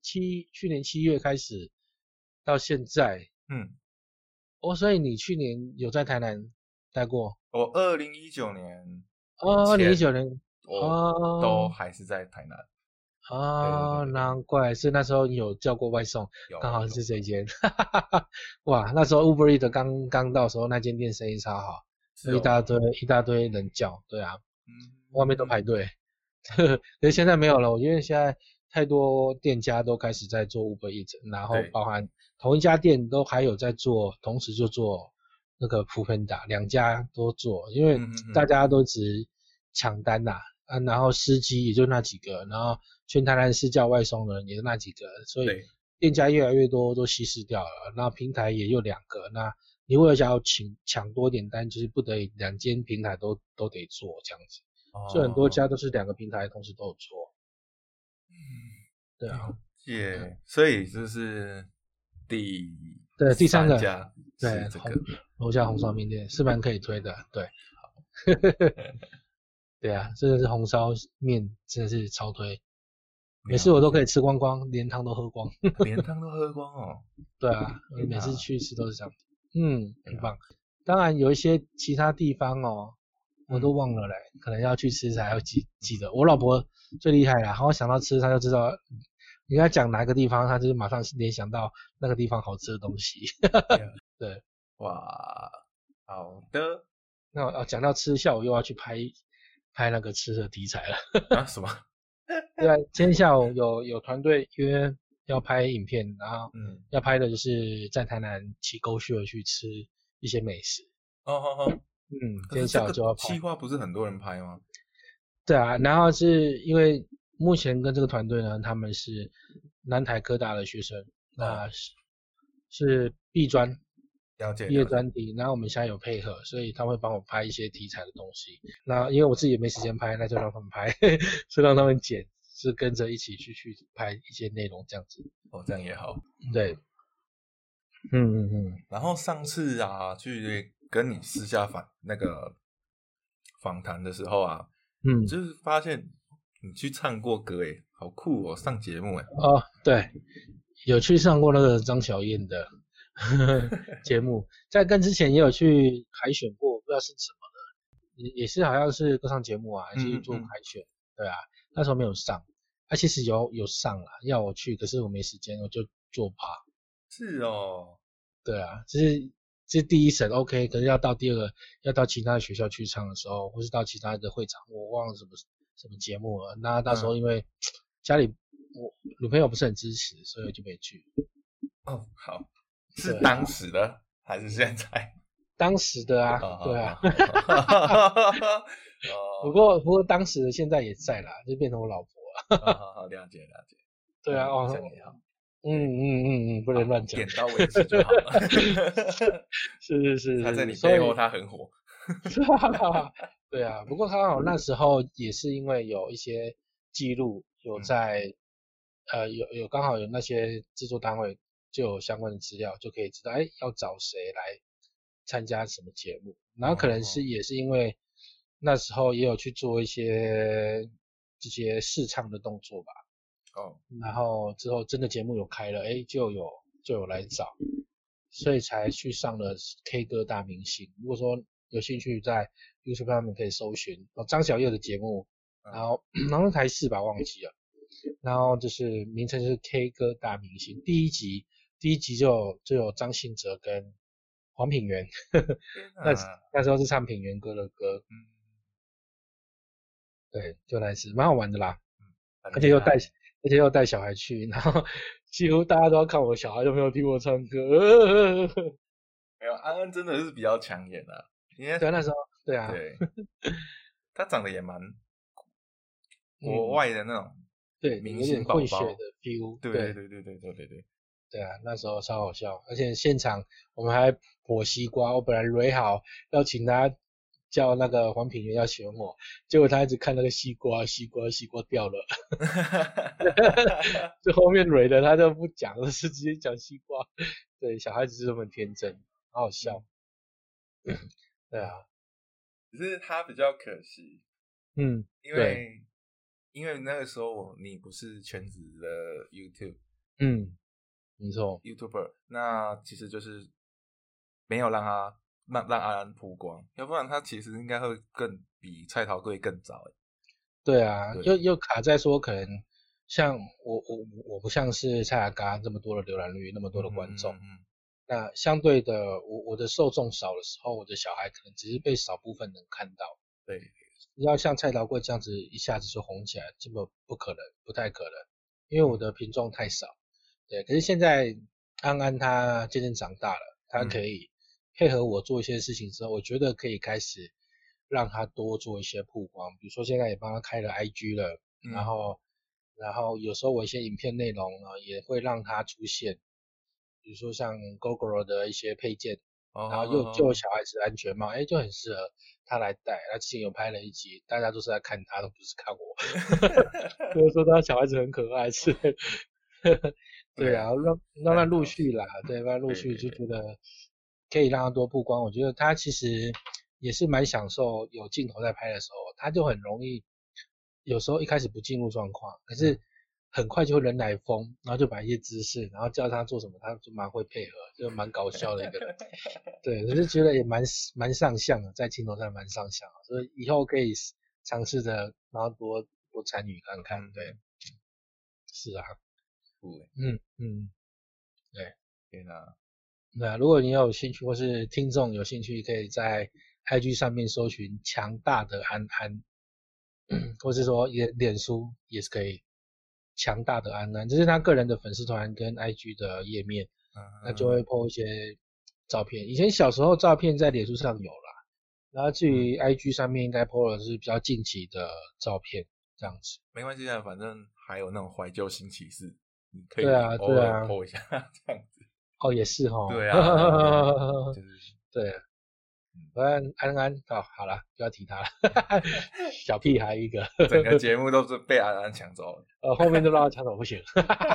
A: 7月开始到现在，所以你去年有在台南待过？
B: 我2019年
A: ，2019年
B: 我都还是在台南。
A: 难怪是那时候你有叫过外送，刚好是这间。哇，那时候 Uber Eats 刚到的时候，那间店生意超好。一大堆人叫，对啊，外面都排队。可是现在没有了，我觉得现在太多店家都开始在做 Uber Eats， 然后包含同一家店都还有在做，同时就做那个 Foodpanda， 2家都做，因为大家都只抢单呐，然后司机也就那几个，然后全台南市叫外送的人也就那几个，所以店家越来越多都稀释掉了，然后平台也有2个，那你为了想要抢多点单，就是不得已2间平台都得做这样子，所以很多家都是2个平台同时都有做。对啊，
B: 所以这是第
A: 3个
B: 家，
A: 对，楼下红烧面店是蛮可以推的，对，对啊，真的是红烧面真的是超推，每次我都可以吃光光，连汤都喝光，
B: 连汤都喝光哦。
A: 对啊，我每次去吃都是这样。很棒。当然有一些其他地方我都忘了嘞，可能要去吃才要记得。我老婆最厉害啦，然后想到吃她就知道，你跟她讲哪个地方，她就是马上联想到那个地方好吃的东西。对，
B: 哇，好的。
A: 那讲到吃，下午又要去拍那个吃的题材了。
B: 什么？
A: 对啊，今天下午有团队约要拍影片，然后要拍的就是在台南骑狗血去吃一些美食。 今天下午就要拍。
B: 企划不是很多人拍吗？
A: 对啊，然后是因为目前跟这个团队呢，他们是南台科大的学生，那是毕专。毕业专题，然后我们现在有配合，所以他会帮我拍一些题材的东西。那因为我自己也没时间拍，那就让他们拍，是让他们剪，是跟着一起去拍一些内容这样子。
B: 这样也好。
A: 对，
B: 然后上次啊，去跟你私下访谈的时候啊，就是发现你去唱过歌诶，好酷哦，上节目诶。
A: 对，有去上过那个张小燕的节目，在跟之前也有去海选过，不知道是什么的，也是好像是歌唱节目啊，去做海选，对啊，那时候没有上，其实有上啦，要我去，可是我没时间，我就作罢。是
B: 哦，
A: 对啊，这是第一审 OK， 可是要到第二个，要到其他的学校去唱的时候，或是到其他的会场，我忘了什么节目了。那到时候因为家里我女朋友不是很支持，所以就没去。
B: 好。是当时的还是现在？
A: 当时的啊，对啊。不过当时的现在也在啦，就变成我老婆了。
B: 好，了解。
A: 对啊，
B: 这样也好。
A: 不能乱讲。
B: 点到为止就好了。
A: 是。
B: 他在你背后，他很火。
A: 对啊，不过刚好那时候也是因为有一些记录，有在有刚好有那些制作单位。就有相关的资料，就可以知道要找谁来参加什么节目。然后可能也是因为那时候也有去做一些这些试唱的动作吧。然后之后真的节目有开了，就有来找，所以才去上了 K 歌大明星。如果说有兴趣，在 YouTube 上面可以搜寻张小叶的节目，然后台视吧，忘记了。然后就是名称是 K 歌大明星，第一集就有张信哲跟黄品源，那时候是唱品源哥的歌，对，就来自蛮好玩的啦，而且又带小孩去，然后几乎大家都要看我小孩，就没有听我唱歌。
B: 没有，安安真的是比较抢眼啊，因为
A: 对那时候对啊，
B: 对，他长得也蛮国外的那种。对，
A: 明星宝宝，有点混血的 feel。
B: 对。
A: 对啊，那时候超好笑，而且现场我们还剖西瓜，我本来蕊好要请他叫那个黄品源要选我，结果他一直看那个西瓜掉了。就后面蕊的他就不讲了，是直接讲西瓜。对，小孩子是这么天真，好好笑。对啊，
B: 只是他比较可惜。因为那个时候你不是全职的 YouTube，
A: 没错
B: ，YouTuber， 那其实就是没有让安安曝光，要不然他其实应该会比蔡桃贵更早。
A: 对啊，又卡在说可能像我不像是蔡阿嘎这么多的浏览率，那么多的观众，那相对的我的受众少的时候，我的小孩可能只是被少部分人看到。
B: 对。
A: 要像蔡桃贵这样子一下子就红起来，这么不可能，不太可能，因为我的品种太少。对，可是现在安安他渐渐长大了，他可以配合我做一些事情之后，我觉得可以开始让他多做一些曝光，比如说现在也帮他开了 IG 了，然后有时候我一些影片内容呢也会让他出现，比如说像 GoGo 的一些配件。然后就有小孩子的安全帽，就很适合他来戴。他之前有拍了一集，大家都是在看他，都不是看我。就是说他小孩子很可爱，是。对啊，让他陆续啦，对，让他陆续就觉得可以让他多曝光。我觉得他其实也是蛮享受有镜头在拍的时候，他就很容易，有时候一开始不进入状况，可是很快就会人来疯，然后就摆一些姿势，然后叫他做什么，他就蛮会配合，就蛮搞笑的一个人。对，我就觉得也蛮上相的，在镜头上蛮上相，所以以后可以尝试着，然后多参与看看。对，是啊，对，
B: 天哪。
A: 那如果你有兴趣，或是听众有兴趣，可以在 IG 上面搜寻强大的安安，或是说脸书也是可以。强大的安安，这是他个人的粉丝团跟 IG 的页面，那就会 po 一些照片。以前小时候照片在脸书上有啦， 然后至于 IG 上面应该 po 的是比较近期的照片这样子。
B: 没关系啊，反正还有那种怀旧新奇事，你可以
A: 对啊
B: 偶尔 po 一下这样子。
A: 哦，也是齁。
B: 对啊，就是
A: 对啊。反正安安好了，不要提他了，小屁孩一个，
B: 整个节目都是被安安抢走了。
A: 后面都让他抢走不行。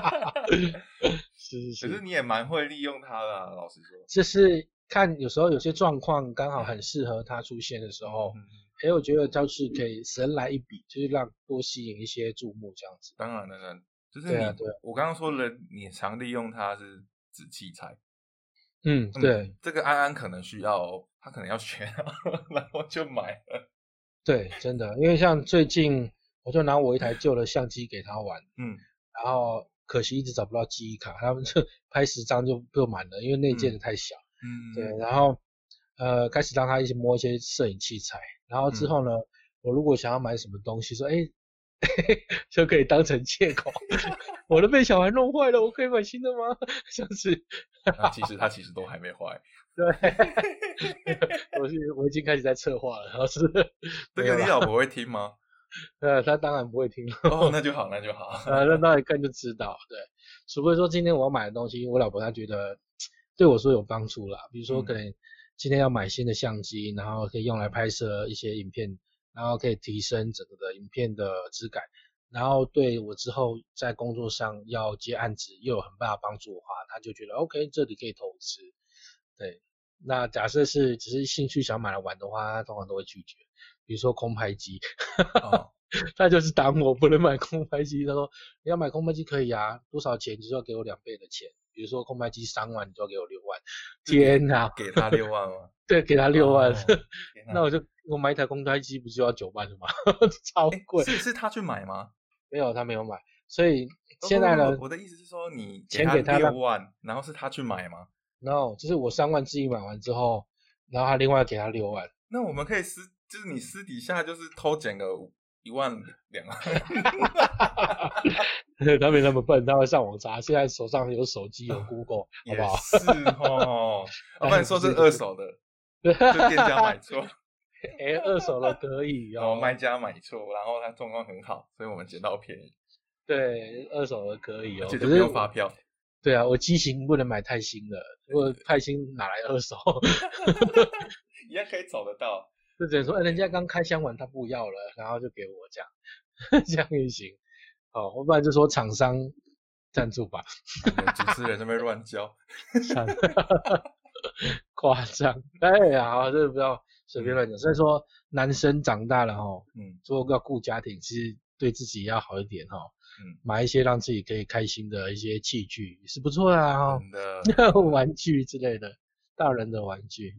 A: 是。
B: 可是你也蛮会利用他的啊，老实说。
A: 就是看有时候有些状况刚好很适合他出现的时候，我觉得就是可以神来一笔，就是让多吸引一些注目这样子。
B: 当然，就是你，我刚刚说了，你常利用他是指器材。对，这个安安可能需要，他可能要学，然后就买了。
A: 对，真的，因为像最近我就拿我一台旧的相机给他玩，然后可惜一直找不到记忆卡，他们就拍10张就满了，因为内建的太小。对，然后开始让他一起摸一些摄影器材，然后之后呢，我如果想要买什么东西，说就可以当成借口，我都被小孩弄坏了，我可以买新的吗？像是，
B: 他其实都还没坏。
A: 对，我已经开始在策划了，然后是
B: 这个你老婆会听吗？
A: 他当然不会听。
B: 哦，那就好。
A: 那当然一看就知道，对，除非说今天我要买的东西，我老婆她觉得对我说有帮助啦，比如说可能今天要买新的相机，然后可以用来拍摄一些影片。然后可以提升整个的影片的质感，然后对我之后在工作上要接案子又有很大的帮助的话，他就觉得 OK， 这里可以投资。对，那假设是只是兴趣想买来玩的话，他通常都会拒绝。比如说空拍机，他就是挡我不能买空拍机。他说你要买空拍机可以啊，多少钱你就要给我2倍的钱。比如说空拍机3万，你就要给我6万。天哪，
B: 给他6万吗？
A: 对，给他6万。那我买一台空拍机不就要9万了吗？超贵。
B: 是他去买吗？
A: 没有，他没有买。所以现在呢，
B: 我的意思是说，你钱给他6万，然后是他去买吗
A: ？No， 就是我3万自己买完之后，然后他另外给他6万。
B: 那我们可以就是你私底下就是偷捡个1万2万。
A: 他没那么笨，他会上网查。现在手上有手机有 Google， 好不好？
B: 是哦，不然说是2手的，就店家买错。
A: 2手的可以哦。
B: 卖家买错，然后他状况很好，所以我们捡到便宜。
A: 对，2手的可以哦，
B: 而且就不用发票。
A: 对啊，我机型不能买太新的，如果太新哪来2手？
B: 一样可以找得到。
A: 就只能说，人家刚开箱完他不要了，然后就给我这样，这样也行。不然就说厂商赞助吧。
B: 主持人在那边乱教，
A: 夸张。好，这个不要随便乱讲。所以说，男生长大了说要顾家庭，其实对自己要好一点买一些让自己可以开心的一些器具也是不错的啊
B: 真的，
A: 玩具之类的，大人的玩具。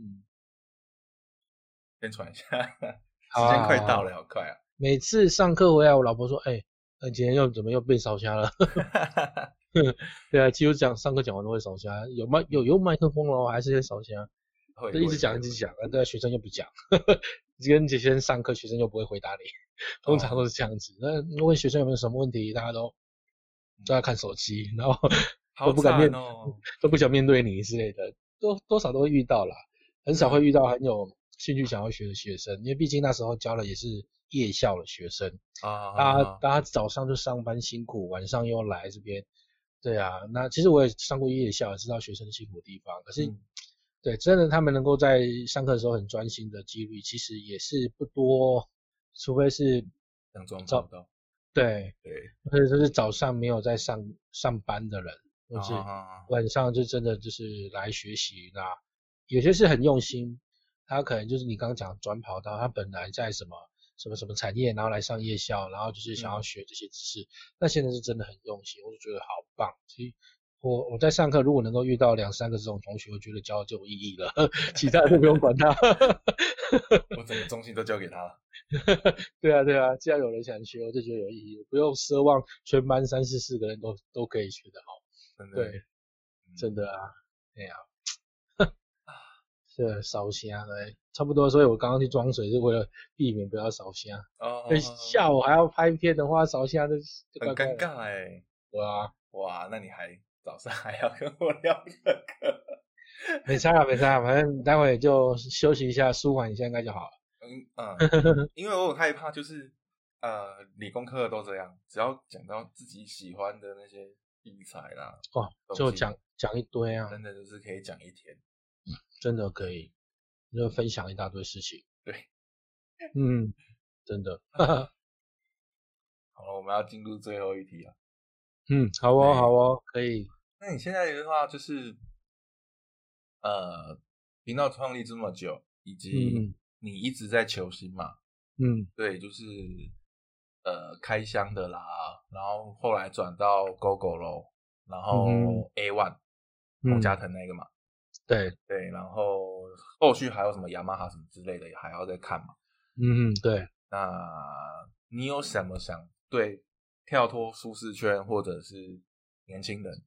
B: 先喘一下，时间快到了，好快啊！
A: 每次上课回来，我老婆说：“今天怎么又变烧虾了？”对啊，几乎上课讲完都会烧虾，有麦克风咯，还是会烧虾，就一直讲，但学生又不讲，跟学生上课，学生又不会回答你，通常都是这样子。那问学生有没有什么问题，大家都在看手机，然后都不敢都不想面对你之类的，多少都会遇到啦，很少会遇到很有兴趣想要学的学生，因为毕竟那时候教的也是夜校的学生大家早上就上班辛苦，晚上又来这边。对啊，那其实我也上过夜校，也知道学生辛苦的地方。可是，对，真的他们能够在上课的时候很专心的几率，其实也是不多，除非是
B: 找到。
A: 对，或者就是早上没有在上班的人，或是晚上就真的就是来学习那有些是很用心，他可能就是你刚刚讲转跑道，他本来在什么产业，然后来上夜校，然后就是想要学这些知识，那现在是真的很用心，我就觉得好棒。其实我在上课如果能够遇到2-3个这种同学，我觉得教就有意义了，其他就不用管他。
B: 我整个中心都交给他了。
A: 对啊，只要有人想学，我就觉得有意义，不用奢望全班3-4个人都可以学得好。对，真的啊，对啊。是烧虾的差不多，所以我刚刚去装水是为了避免不要烧虾。下午还要拍片的话，烧虾就
B: 很尴尬
A: 对啊，
B: 哇，那你早上还要跟我聊这个？
A: 没差了，没差了，反正待会就休息一下，舒缓一下应该就好了。
B: 因为我很害怕，就是理工科的都这样，只要讲到自己喜欢的那些题材啦，
A: 就讲一堆啊，
B: 真的就是可以讲一天，
A: 真的可以，就分享一大堆事情。
B: 对，
A: 真的。
B: 好了，我们要进入最后一题了。
A: 好哦，可以。
B: 那你现在的话就是，频道创立这么久，以及你一直在求新嘛，对，就是开箱的啦，然后后来转到 Gogoro， 然后 A1，洪家腾那个嘛，
A: 对，
B: 然后后续还有什么雅马哈什么之类的，还要再看嘛，
A: 对。
B: 那你有什么想对跳脱舒适圈或者是年轻人，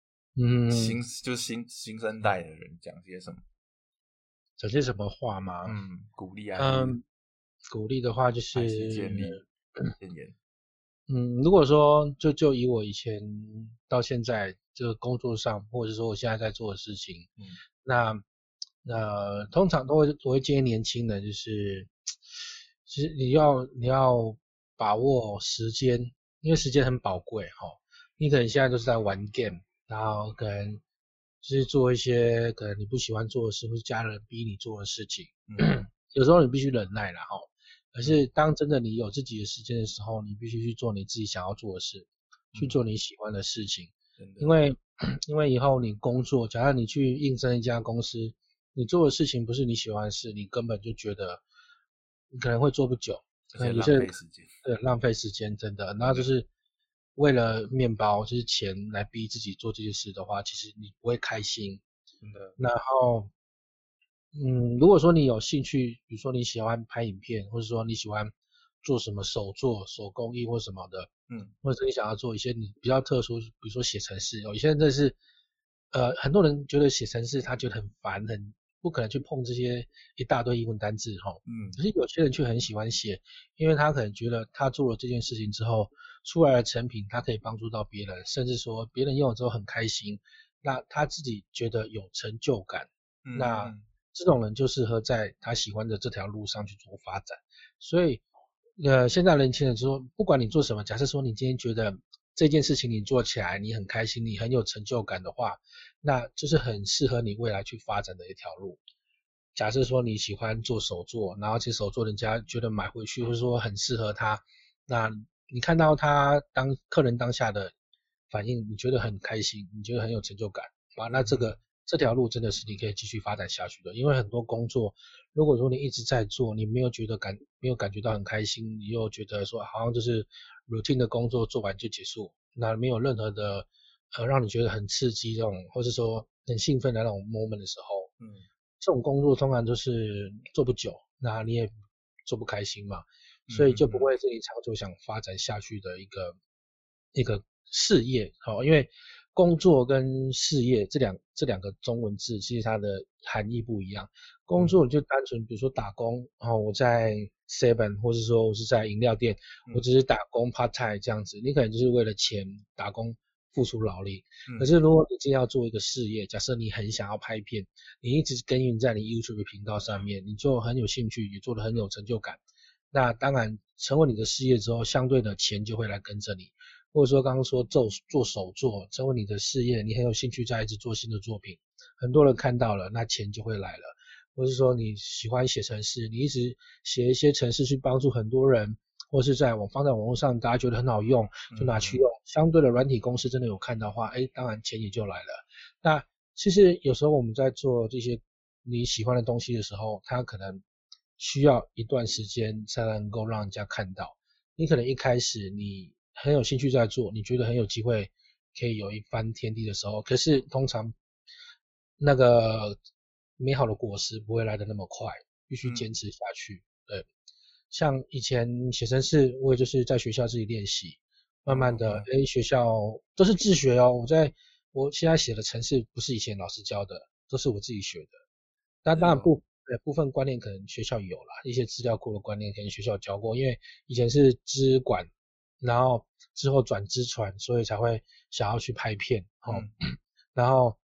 B: 就是新生代的人讲些什么？
A: 讲些什么话吗？
B: 鼓励啊。
A: 鼓励的话就是
B: 建言。
A: 如果说就以我以前到现在这个工作上，或者说我现在在做的事情，那通常我会建议年轻人，就是其实你要把握时间，因为时间很宝贵齁。你可能现在都是在玩 game， 然后可能就是做一些可能你不喜欢做的事，或是家人逼你做的事情，有时候你必须忍耐啦齁。可是当真的你有自己的时间的时候，你必须去做你自己想要做的事，去做你喜欢的事情。因为以后你工作，假如你去应征一家公司，你做的事情不是你喜欢的事，你根本就觉得你可能会做不久，
B: 而且浪费时间。
A: 对，浪费时间真的。然后就是为了面包，就是钱来逼自己做这些事的话，其实你不会开心。
B: 真的。
A: 然后如果说你有兴趣，比如说你喜欢拍影片，或者说你喜欢做什么手工艺或什么的，或者你想要做一些你比较特殊，比如说写程式，有一些人真的是，很多人觉得写程式他觉得很烦，很不可能去碰这些一大堆英文单字齁，可是有些人却很喜欢写，因为他可能觉得他做了这件事情之后，出来的成品他可以帮助到别人，甚至说别人用了之后很开心，那他自己觉得有成就感，那这种人就适合在他喜欢的这条路上去做发展。所以现在年轻人说，不管你做什么，假设说你今天觉得这件事情你做起来你很开心，你很有成就感的话，那就是很适合你未来去发展的一条路。假设说你喜欢做手作，然后这手作人家觉得买回去或者说很适合他，那你看到他客人当下的反应，你觉得很开心，你觉得很有成就感啊，那这条路真的是你可以继续发展下去的。因为很多工作，如果说你一直在做，你没有感觉到很开心，你又觉得说好像就是 routine 的工作做完就结束，那没有任何的让你觉得很刺激这种，或是说很兴奋的那种 moment 的时候，这种工作通常都是做不久，那你也做不开心嘛，所以就不会是你长久想发展下去的一个事业。因为工作跟事业这两个中文字其实它的含义不一样。工作就单纯比如说打工，我在 Seven 或是说我是在饮料店，我只是打工 part time 这样子，你可能就是为了钱打工付出劳力。可是如果你今天要做一个事业，假设你很想要拍片，你一直耕耘在你 YouTube 频道上面，你就很有兴趣，也做得很有成就感，那当然成为你的事业之后，相对的钱就会来跟着你。或者说刚刚说做手作成为你的事业，你很有兴趣再一直做新的作品，很多人看到了，那钱就会来了。或是说你喜欢写程式，你一直写一些程式去帮助很多人，或是放在网络上大家觉得很好用，就拿去用，相对的软体公司真的有看到的话，当然钱也就来了。那其实有时候我们在做这些你喜欢的东西的时候，它可能需要一段时间才能够让人家看到。你可能一开始你很有兴趣在做，你觉得很有机会可以有一番天地的时候，可是通常那个美好的果实不会来得那么快，必须坚持下去。对，像以前写程式，我也就是在学校自己练习，慢慢的学校都是自学哦，我现在写的程式不是以前老师教的，都是我自己学的。但当然部分观念可能学校有啦，一些资料库的观念可能学校教过，因为以前是资管，然后之后转资传，所以才会想要去拍片，然后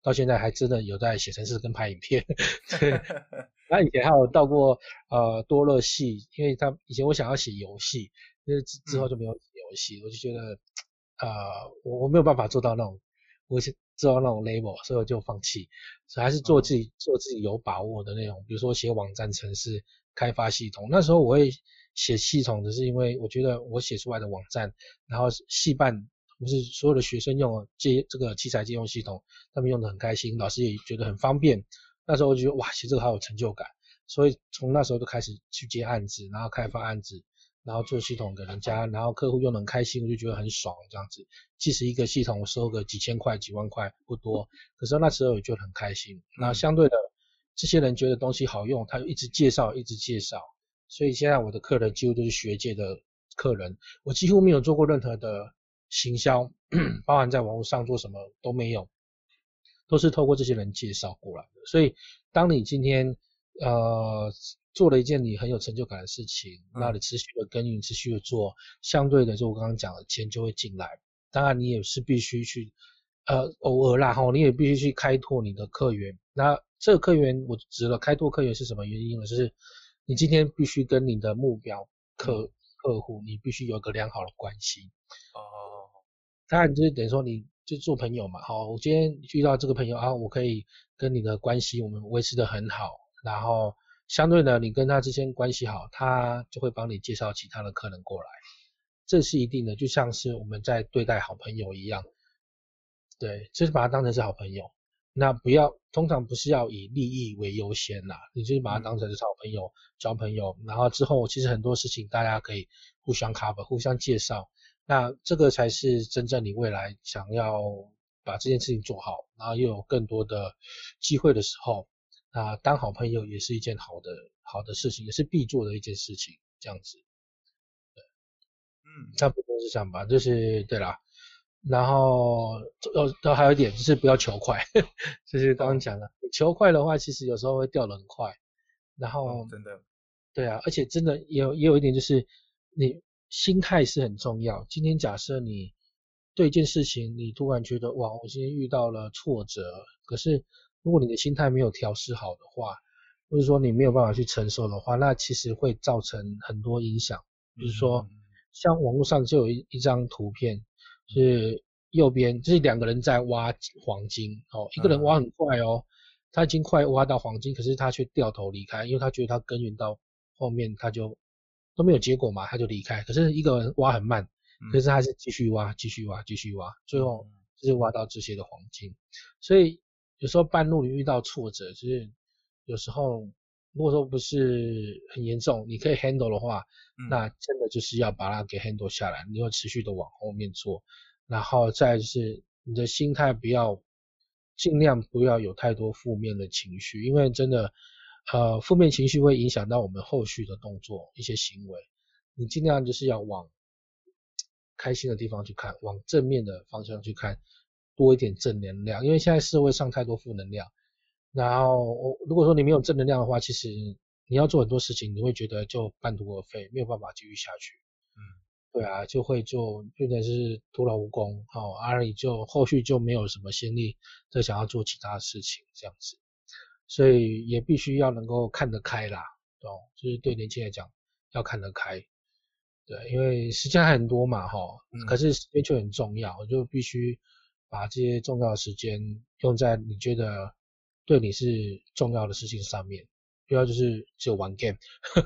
A: 到现在还真的有在写程式跟拍影片。对，那以前还有到过多乐系，因为以前我想要写游戏，就是之后就没有写游戏，我就觉得我没有办法做到那种，我是做到那种 level， 所以我就放弃，所以还是做自己有把握的那种，比如说写网站程式、开发系统。那时候我会写系统，只是因为我觉得我写出来的网站，然后系办不是所有的学生用这个器材借用系统，他们用得很开心，老师也觉得很方便。那时候我就觉得哇，写这个好有成就感，所以从那时候就开始去接案子，然后开发案子，然后做系统给人家，然后客户用得很开心，我就觉得很爽这样子。即使一个系统收个几千块、几万块不多，可是那时候也觉得很开心。那相对的，这些人觉得东西好用，他就一直介绍，所以现在我的客人几乎都是学界的客人，我几乎没有做过任何的行销，包含在网络上做什么都没有，都是透过这些人介绍过来的。所以当你今天做了一件你很有成就感的事情，那你持续的耕耘，持续的做，相对的就我刚刚讲的钱就会进来。当然你也是必须去偶尔啦你也必须去开拓你的客源。那这个客源我指了开拓客源是什么原因呢？就是你今天必须跟你的目标客户你必须有一个良好的关系。当然就是等于说你就做朋友嘛，我今天遇到这个朋友我可以跟你的关系我们维持得很好，然后相对的你跟他之间关系好，他就会帮你介绍其他的客人过来，这是一定的，就像是我们在对待好朋友一样。对，就是把他当成是好朋友，那通常不是要以利益为优先啦，你就是把他当成是好朋友，交朋友，然后之后其实很多事情大家可以互相 cover， 互相介绍，那这个才是真正你未来想要把这件事情做好，然后又有更多的机会的时候，那当好朋友也是一件好的事情，也是必做的一件事情，这样子。对，差不多是这样吧，就是对啦。然后还有一点就是不要求快，就是刚刚讲的，求快的话其实有时候会掉得很快，然后
B: 真的，
A: 对啊，而且真的也有一点就是你心态是很重要。今天假设你对一件事情你突然觉得哇，我今天遇到了挫折，可是如果你的心态没有调试好的话，或者说你没有办法去承受的话，那其实会造成很多影响。比如说像网络上就有一张图片，是右边就是两个人在挖黄金一个人挖很快他已经快挖到黄金，可是他却掉头离开，因为他觉得他耕耘到后面他就都没有结果嘛，他就离开。可是一个人挖很慢，可是他是继续挖，最后就是挖到这些的黄金。所以有时候半路你遇到挫折，就是有时候如果说不是很严重，你可以 handle 的话，那真的就是要把它给 handle 下来，你要持续的往后面做，然后再就是你的心态尽量不要有太多负面的情绪，因为真的负面情绪会影响到我们后续的动作一些行为，你尽量就是要往开心的地方去看，往正面的方向去看，多一点正能量，因为现在社会上太多负能量，然后如果说你没有正能量的话，其实你要做很多事情你会觉得就半途而废，没有办法继续下去。对啊，就变成是徒劳无功你就后续就没有什么心力再想要做其他的事情这样子，所以也必须要能够看得开啦，就是对年轻人讲要看得开。对，因为时间还很多嘛可是时间就很重要，就必须把这些重要的时间用在你觉得对你是重要的事情上面，不要就是只有玩 game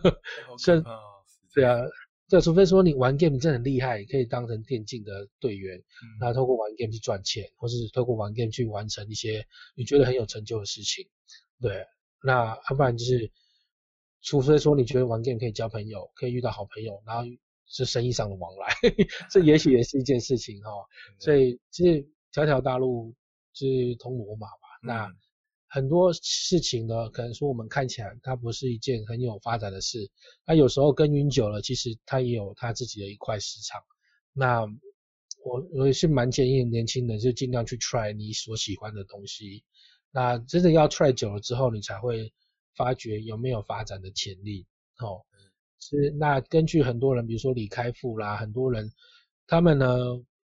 A: 对啊，除非说你玩 game 真的很厉害，可以当成电竞的队员，然后透过玩 game 去赚钱，或是透过玩 game 去完成一些你觉得很有成就的事情。对，那要不然就是除非说你觉得玩 game 可以交朋友，可以遇到好朋友，然后是生意上的往来这也许也是一件事情所以其实条条大路是通罗马嘛，那很多事情呢，可能说我们看起来它不是一件很有发展的事，那有时候耕耘久了，其实它也有它自己的一块市场。那我也是蛮建议年轻人就尽量去 try 你所喜欢的东西，那真的要 try 久了之后，你才会发觉有没有发展的潜力那根据很多人，比如说李开复啦，很多人他们呢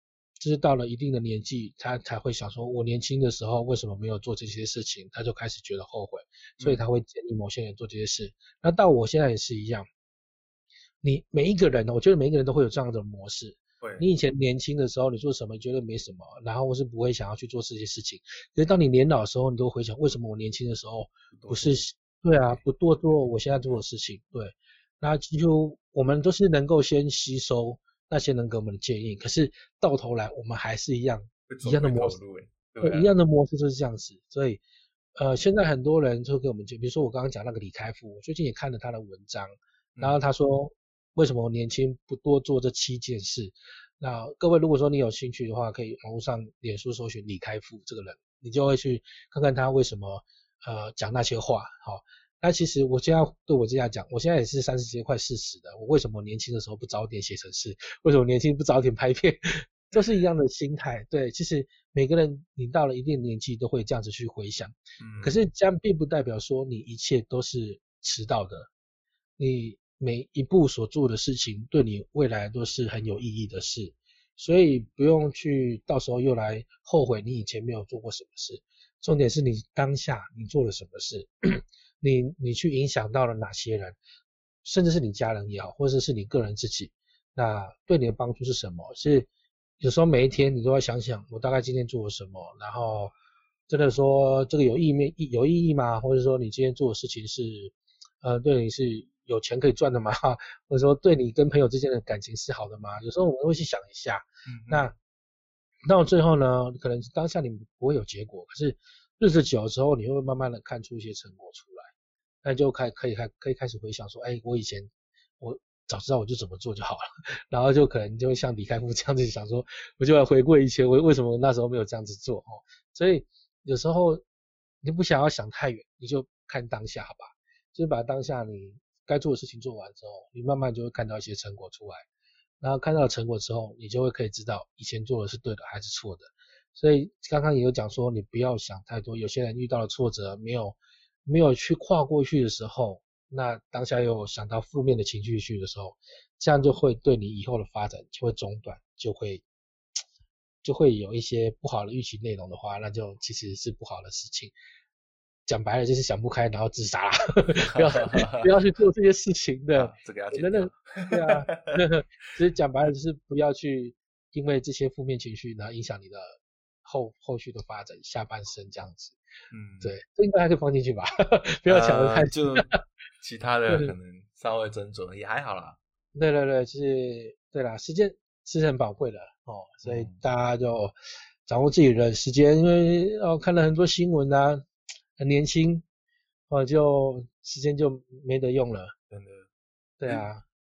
D: 就是到了一定的年纪，他才会想说，我年轻的时候为什么没有做这些事情，他就开始觉得后悔，所以他会建议某些人做这些事。那到我现在也是一样，你每一个人，我觉得每一个人都会有这样的模式。你以前年轻的时候，你做什么觉得没什么，然后我是不会想要去做这些事情。可是当你年老的时候，你都回想为什么我年轻的时候不是，对啊，不多做我现在做的事情。对，那就我们都是能够先吸收那些人给我们的建议，可是到头来我们还是一样的模式，对，一样的模式就是这样子。所以现在很多人就给我们建议，比如说我刚刚讲那个李开复，我最近也看了他的文章，然后他说为什么我年轻不多做这7件事。那各位如果说你有兴趣的话，可以网络上脸书搜寻李开复这个人，你就会去看看他为什么讲那些话。好，那其实我现在对我这样讲，我现在也是30几快40的，我为什么年轻的时候不早点写程式，为什么年轻不早点拍片，都是一样的心态。对，其实每个人你到了一定年纪都会这样子去回想，可是这样并不代表说你一切都是迟到的，你每一步所做的事情对你未来都是很有意义的事，所以不用去到时候又来后悔你以前没有做过什么事。重点是你当下你做了什么事，你去影响到了哪些人，甚至是你家人也好，或者是你个人自己，那对你的帮助是什么？是有时候每一天你都要想想我大概今天做了什么，然后真的说这个有意义吗？或者说你今天做的事情是对你是有钱可以赚的吗？或者说对你跟朋友之间的感情是好的吗？有时候我们会去想一下，那到最后呢，可能当下你不会有结果，可是日子久了之后，你会慢慢的看出一些成果出来，那就可以开始回想说，我以前我早知道我就怎么做就好了，然后就可能就会像李开复这样子想说，我就来回顾以前我为什么那时候没有这样子做哦。所以有时候你不想要想太远，你就看当下吧，就是把当下你该做的事情做完之后，你慢慢就会看到一些成果出来，然后看到成果之后，你就会可以知道以前做的是对的还是错的。所以刚刚也有讲说，你不要想太多，有些人遇到了挫折没有去跨过去的时候，那当下又想到负面的情绪去的时候，这样就会对你以后的发展就会中断，就会有一些不好的预期内容的话，那就其实是不好的事情。讲白了就是想不开然后自杀不要去做这些事情的，
B: 这个要剪掉。
D: 对啊其实讲白了就是不要去因为这些负面情绪然后影响你的后续的发展，下半生这样子。对，这应该还可以放进去吧不要讲得太
B: 就其他的可能稍微斟酌也还好啦。
D: 对，就是对啦，时间是很宝贵的哦，所以大家就掌握自己的时间，因为看了很多新闻啊，很年轻就时间就没得用了，
B: 真的。
D: 对啊，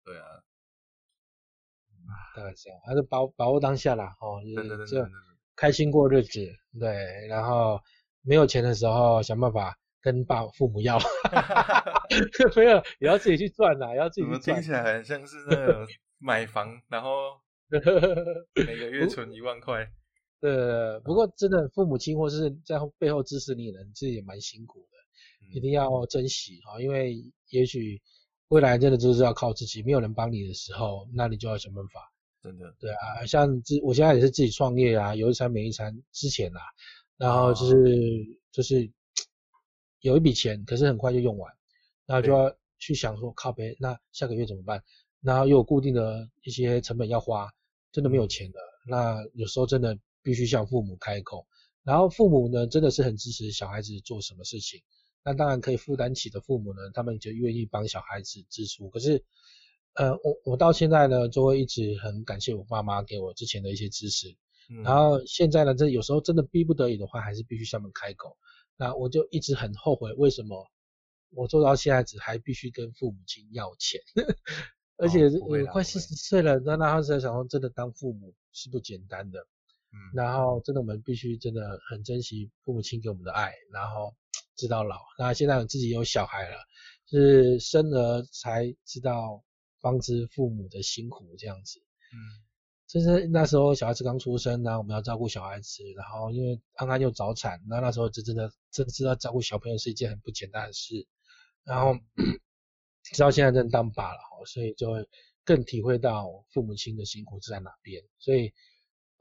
D: 大概这样，还是把握当下啦就开心过日子，对，然后没有钱的时候想办法跟父母要没有也要自己去赚啦，也要自己去赚。
B: 怎么听起来很像是那种买房然后每个月存1万块。
D: 对，不过真的父母亲或是在背后支持你的人自己也蛮辛苦的，一定要珍惜因为也许未来真的就是要靠自己，没有人帮你的时候，那你就要想办法。
B: 真的。
D: 对啊，像我现在也是自己创业啊，有一餐没一餐之前啦，然后就是有一笔钱，可是很快就用完，然后就要去想说靠北，那下个月怎么办？然后又有固定的一些成本要花，真的没有钱了，那有时候真的必须向父母开口，然后父母呢真的是很支持小孩子做什么事情，那当然可以负担起的父母呢，他们就愿意帮小孩子支出，可是我到现在呢就会一直很感谢我爸妈给我之前的一些支持，然后现在呢这有时候真的逼不得已的话，还是必须向他们开口，那我就一直很后悔为什么我做到现在还必须跟父母亲要钱而且我快40岁了，那他在想说真的当父母是不简单的，然后真的我们必须真的很珍惜父母亲给我们的爱，然后直到老。那现在我自己有小孩了，是生儿才知道方知父母的辛苦这样子。就是那时候小孩子刚出生，然后我们要照顾小孩子，然后因为安安又早产，那时候真的知道照顾小朋友是一件很不简单的事，然后直到现在真的当爸了，所以就会更体会到父母亲的辛苦是在哪边，所以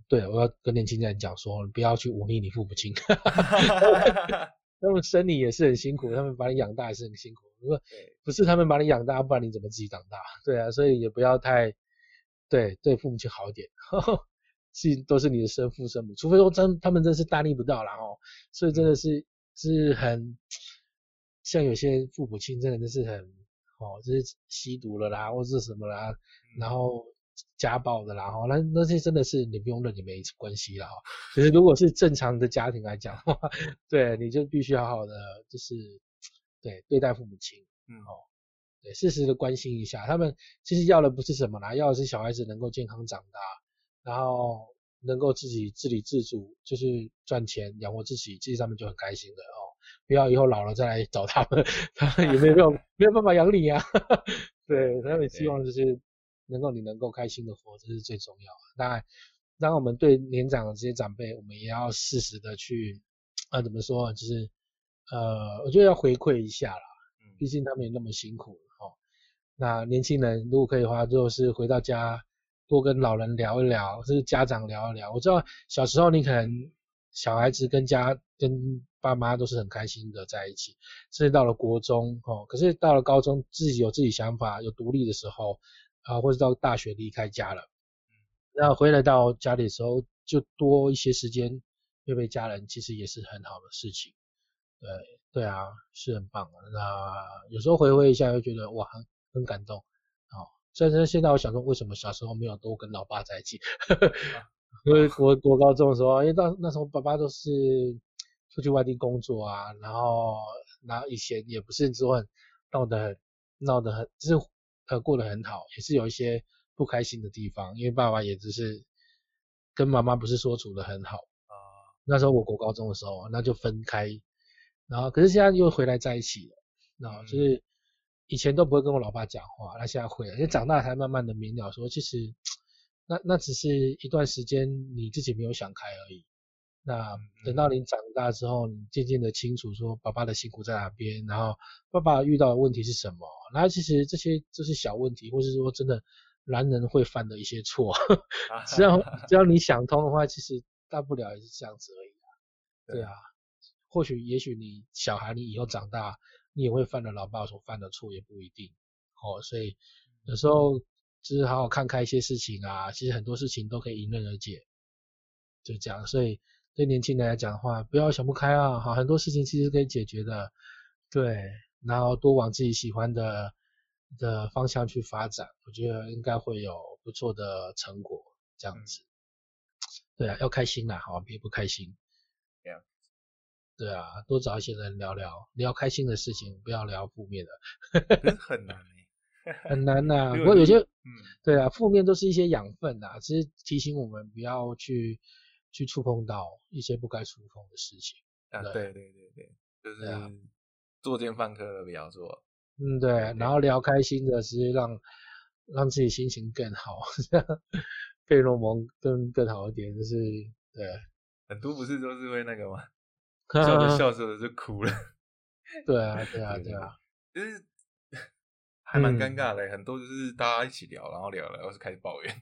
D: 对，我要跟年轻人讲说，不要去忤逆你父母亲。他们生你也是很辛苦，他们把你养大也是很辛苦。如果不是他们把你养大，不然你怎么自己长大？对啊，所以也不要太对父母亲好一点。都是你的生父生母，除非说他们真是大逆不道啦所以真的是很像有些父母亲真的是很就是吸毒了啦，或是什么啦，然后家暴的啦那些真的是你不用认也没关系啦可是如果是正常的家庭来讲的话，对，你就必须好好的就是对待父母亲对，适时的关心一下他们，其实要的不是什么啦，要的是小孩子能够健康长大，然后能够自己自理自主，就是赚钱养活自己，其实他们就很开心的不要以后老了再来找他们，他们也没有办法养你啊。对，他们希望就是你能够开心的活，这是最重要的。当然我们对年长的这些长辈，我们也要适时的去怎么说，就是我觉得要回馈一下啦，毕竟他们也那么辛苦那年轻人如果可以的话，就是回到家多跟老人聊一聊，就是家长聊一聊。我知道小时候你可能小孩子跟爸妈都是很开心的在一起，甚至到了国中可是到了高中自己有自己想法有独立的时候或者到大学离开家了，那回来到家里的时候就多一些时间陪家人，其实也是很好的事情。对啊，是很棒的。那有时候回味一下，会觉得哇很感动虽然现在我想说，为什么小时候没有多跟老爸在一起？因为国高中的时候，因为那时候爸爸都是出去外地工作啊，然后以前也不是说闹得很，就是过得很好，也是有一些不开心的地方，因为爸爸也只是跟妈妈不是说处得很好那时候我国高中的时候，那就分开，然后可是现在又回来在一起了，然后就是以前都不会跟我老爸讲话，那现在会了，因为长大才慢慢的明了说，其实那只是一段时间你自己没有想开而已。那等到你长大之后，你渐渐的清楚说爸爸的辛苦在哪边，然后爸爸遇到的问题是什么，然后其实这些就是小问题，或是说真的男人会犯的一些错，只要你想通的话，其实大不了也是这样子而已对啊，也许你小孩你以后长大，你也会犯了老爸所犯的错，也不一定所以有时候就是好好看开一些事情啊，其实很多事情都可以迎刃而解，就这样。所以对年轻人来讲的话，不要想不开很多事情其实可以解决的，对，然后多往自己喜欢的方向去发展，我觉得应该会有不错的成果，这样子。对啊，要开心啦，别不开心。对啊，多找一些人聊开心的事情，不要聊负面的。
B: 可是很难
D: 很难不过有些对啊，负面都是一些养分只是提醒我们不要去触碰到一些不该触碰的事情
B: 对，就是作奸犯科的不要做
D: 对，然后聊开心的是让自己心情更好，费洛蒙更好一点，就是对。
B: 很多不是都是会那个吗？笑着就哭了。
D: 对啊，
B: 就是还蛮尴尬的很多就是大家一起聊，然后聊了又是开始抱怨，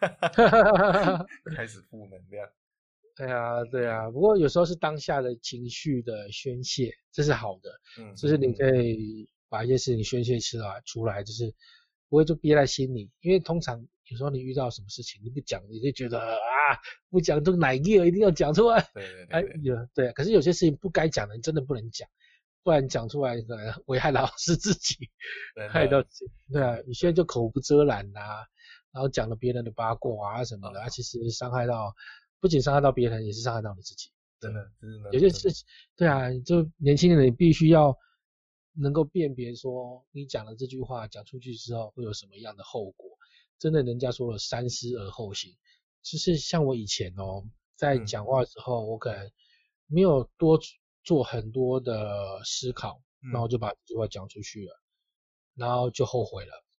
B: 开始负能量。
D: 对啊，不过有时候是当下的情绪的宣泄，这是好的。就是你可以把一些事情宣泄出来，就是不会就憋在心里，因为通常有时候你遇到什么事情你不讲，你就觉得不讲都奶液一定要讲出来。对，可是有些事情不该讲的，你真的不能讲，不然讲出来可能危害到是自己，害到自己。对啊，有些人就口不遮拦然后讲了别人的八卦什么的，其实不仅伤害到别人，也是伤害到你自己。
B: 真的，
D: 有些事情，对啊，就年轻人你必须要能够辨别说，你讲了这句话讲出去之后会有什么样的后果。真的，人家说了三思而后行。就是像我以前在讲话的时候，我可能没有多做很多的思考，然后就把这句话讲出去了，然后就后悔了。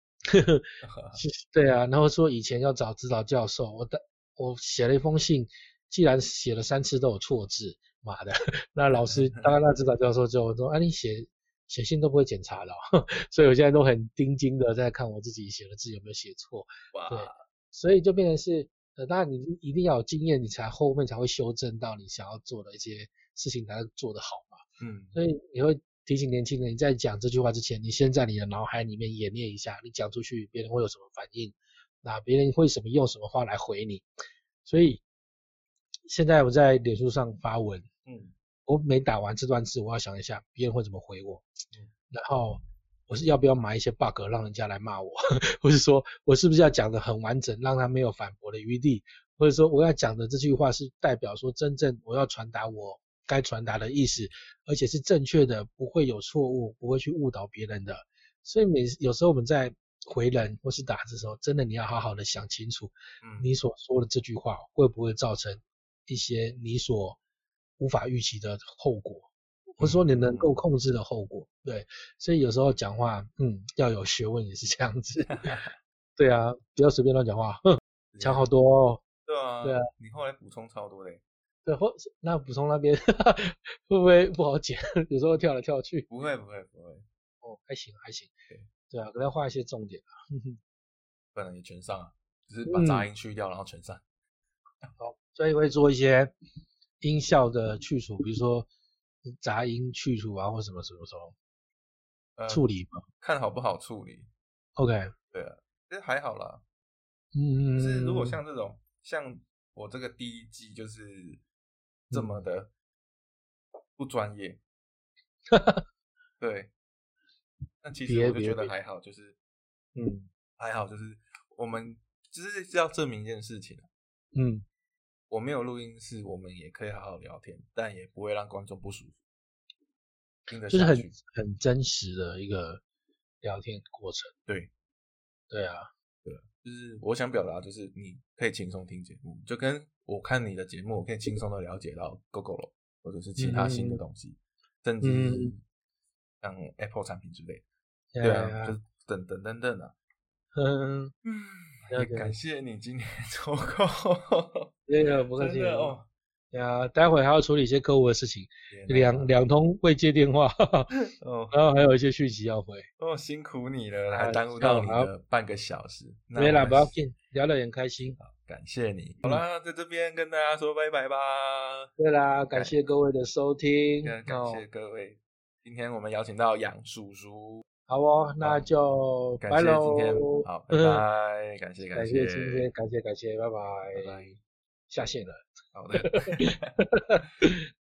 D: 对啊，然后说以前要找指导教授，我写了一封信，既然写了3次都有错字，妈的，那老师那指导教授就说你写信都不会检查的所以我现在都很盯紧的在看我自己写的字有没有写错。对，所以就变成是当然你一定要有经验，你后面才会修正到你想要做的一些事情才能做得好嘛。所以你会提醒年轻人，你在讲这句话之前，你先在你的脑海里面演练一下，你讲出去别人会有什么反应，那别人会用什么话来回你。所以现在我在脸书上发文，我每打完这段字，我要想一下别人会怎么回我，然后我是要不要埋一些 bug 让人家来骂我，或是说我是不是要讲得很完整，让他没有反驳的余地，或者说我要讲的这句话是代表说真正我要传达我该传达的意思，而且是正确的，不会有错误，不会去误导别人的。所以有时候我们在回人或是打字的时候，真的你要好好的想清楚，你所说的这句话会不会造成一些你所无法预期的后果，或者说你能够控制的后果。对，所以有时候讲话要有学问也是这样子。对啊，不要随便乱讲话，讲好多哦。
B: 对啊，
D: 对啊，
B: 你后来补充超多嘞。
D: 对，那补充那边会不会不好剪？有时候跳来跳去。
B: 不会。
D: 哦，还行。对啊，可能要画一些重点啊。
B: 不然也全上啊，只是把杂音去掉，然后全上。
D: 好，所以会做一些音效的去除，比如说杂音去除啊，或什么处理嘛。
B: 看好不好处理。
D: OK。
B: 对啊，其实还好啦。
D: 就是
B: 如果像这种，像我这个第一季就是这么的不专业。对。那其实我就觉得还好，就是还好，就是我们就是要证明一件事情。我没有录音室，我们也可以好好聊天，但也不会让观众不舒服。
D: 就是很真实的一个聊天过程。对啊，
B: 就是我想表达，就是你可以轻松听节目，就跟我看你的节目，我可以轻松的了解到 GoGo 或者是其他新的东西，甚至像 Apple 产品之类的。对啊，就等啊。也感谢你今天抽空。
D: 不客气哦。待会还要处理一些客户的事情，两通未接电话，然后还有一些讯息要回。
B: 辛苦你了，还耽误到你的半个小时。
D: 没啦，不要紧，聊得很开心。
B: 感谢你。好啦，在这边跟大家说拜拜吧。
D: 对啦，感谢各位的收听，
B: 感谢各位。今天我们邀请到杨叔叔。
D: 好哦，那就拜喽。
B: 好，拜拜，感谢今
D: 天，感谢，拜拜，
B: 拜拜，
D: 下线了。
B: 好的。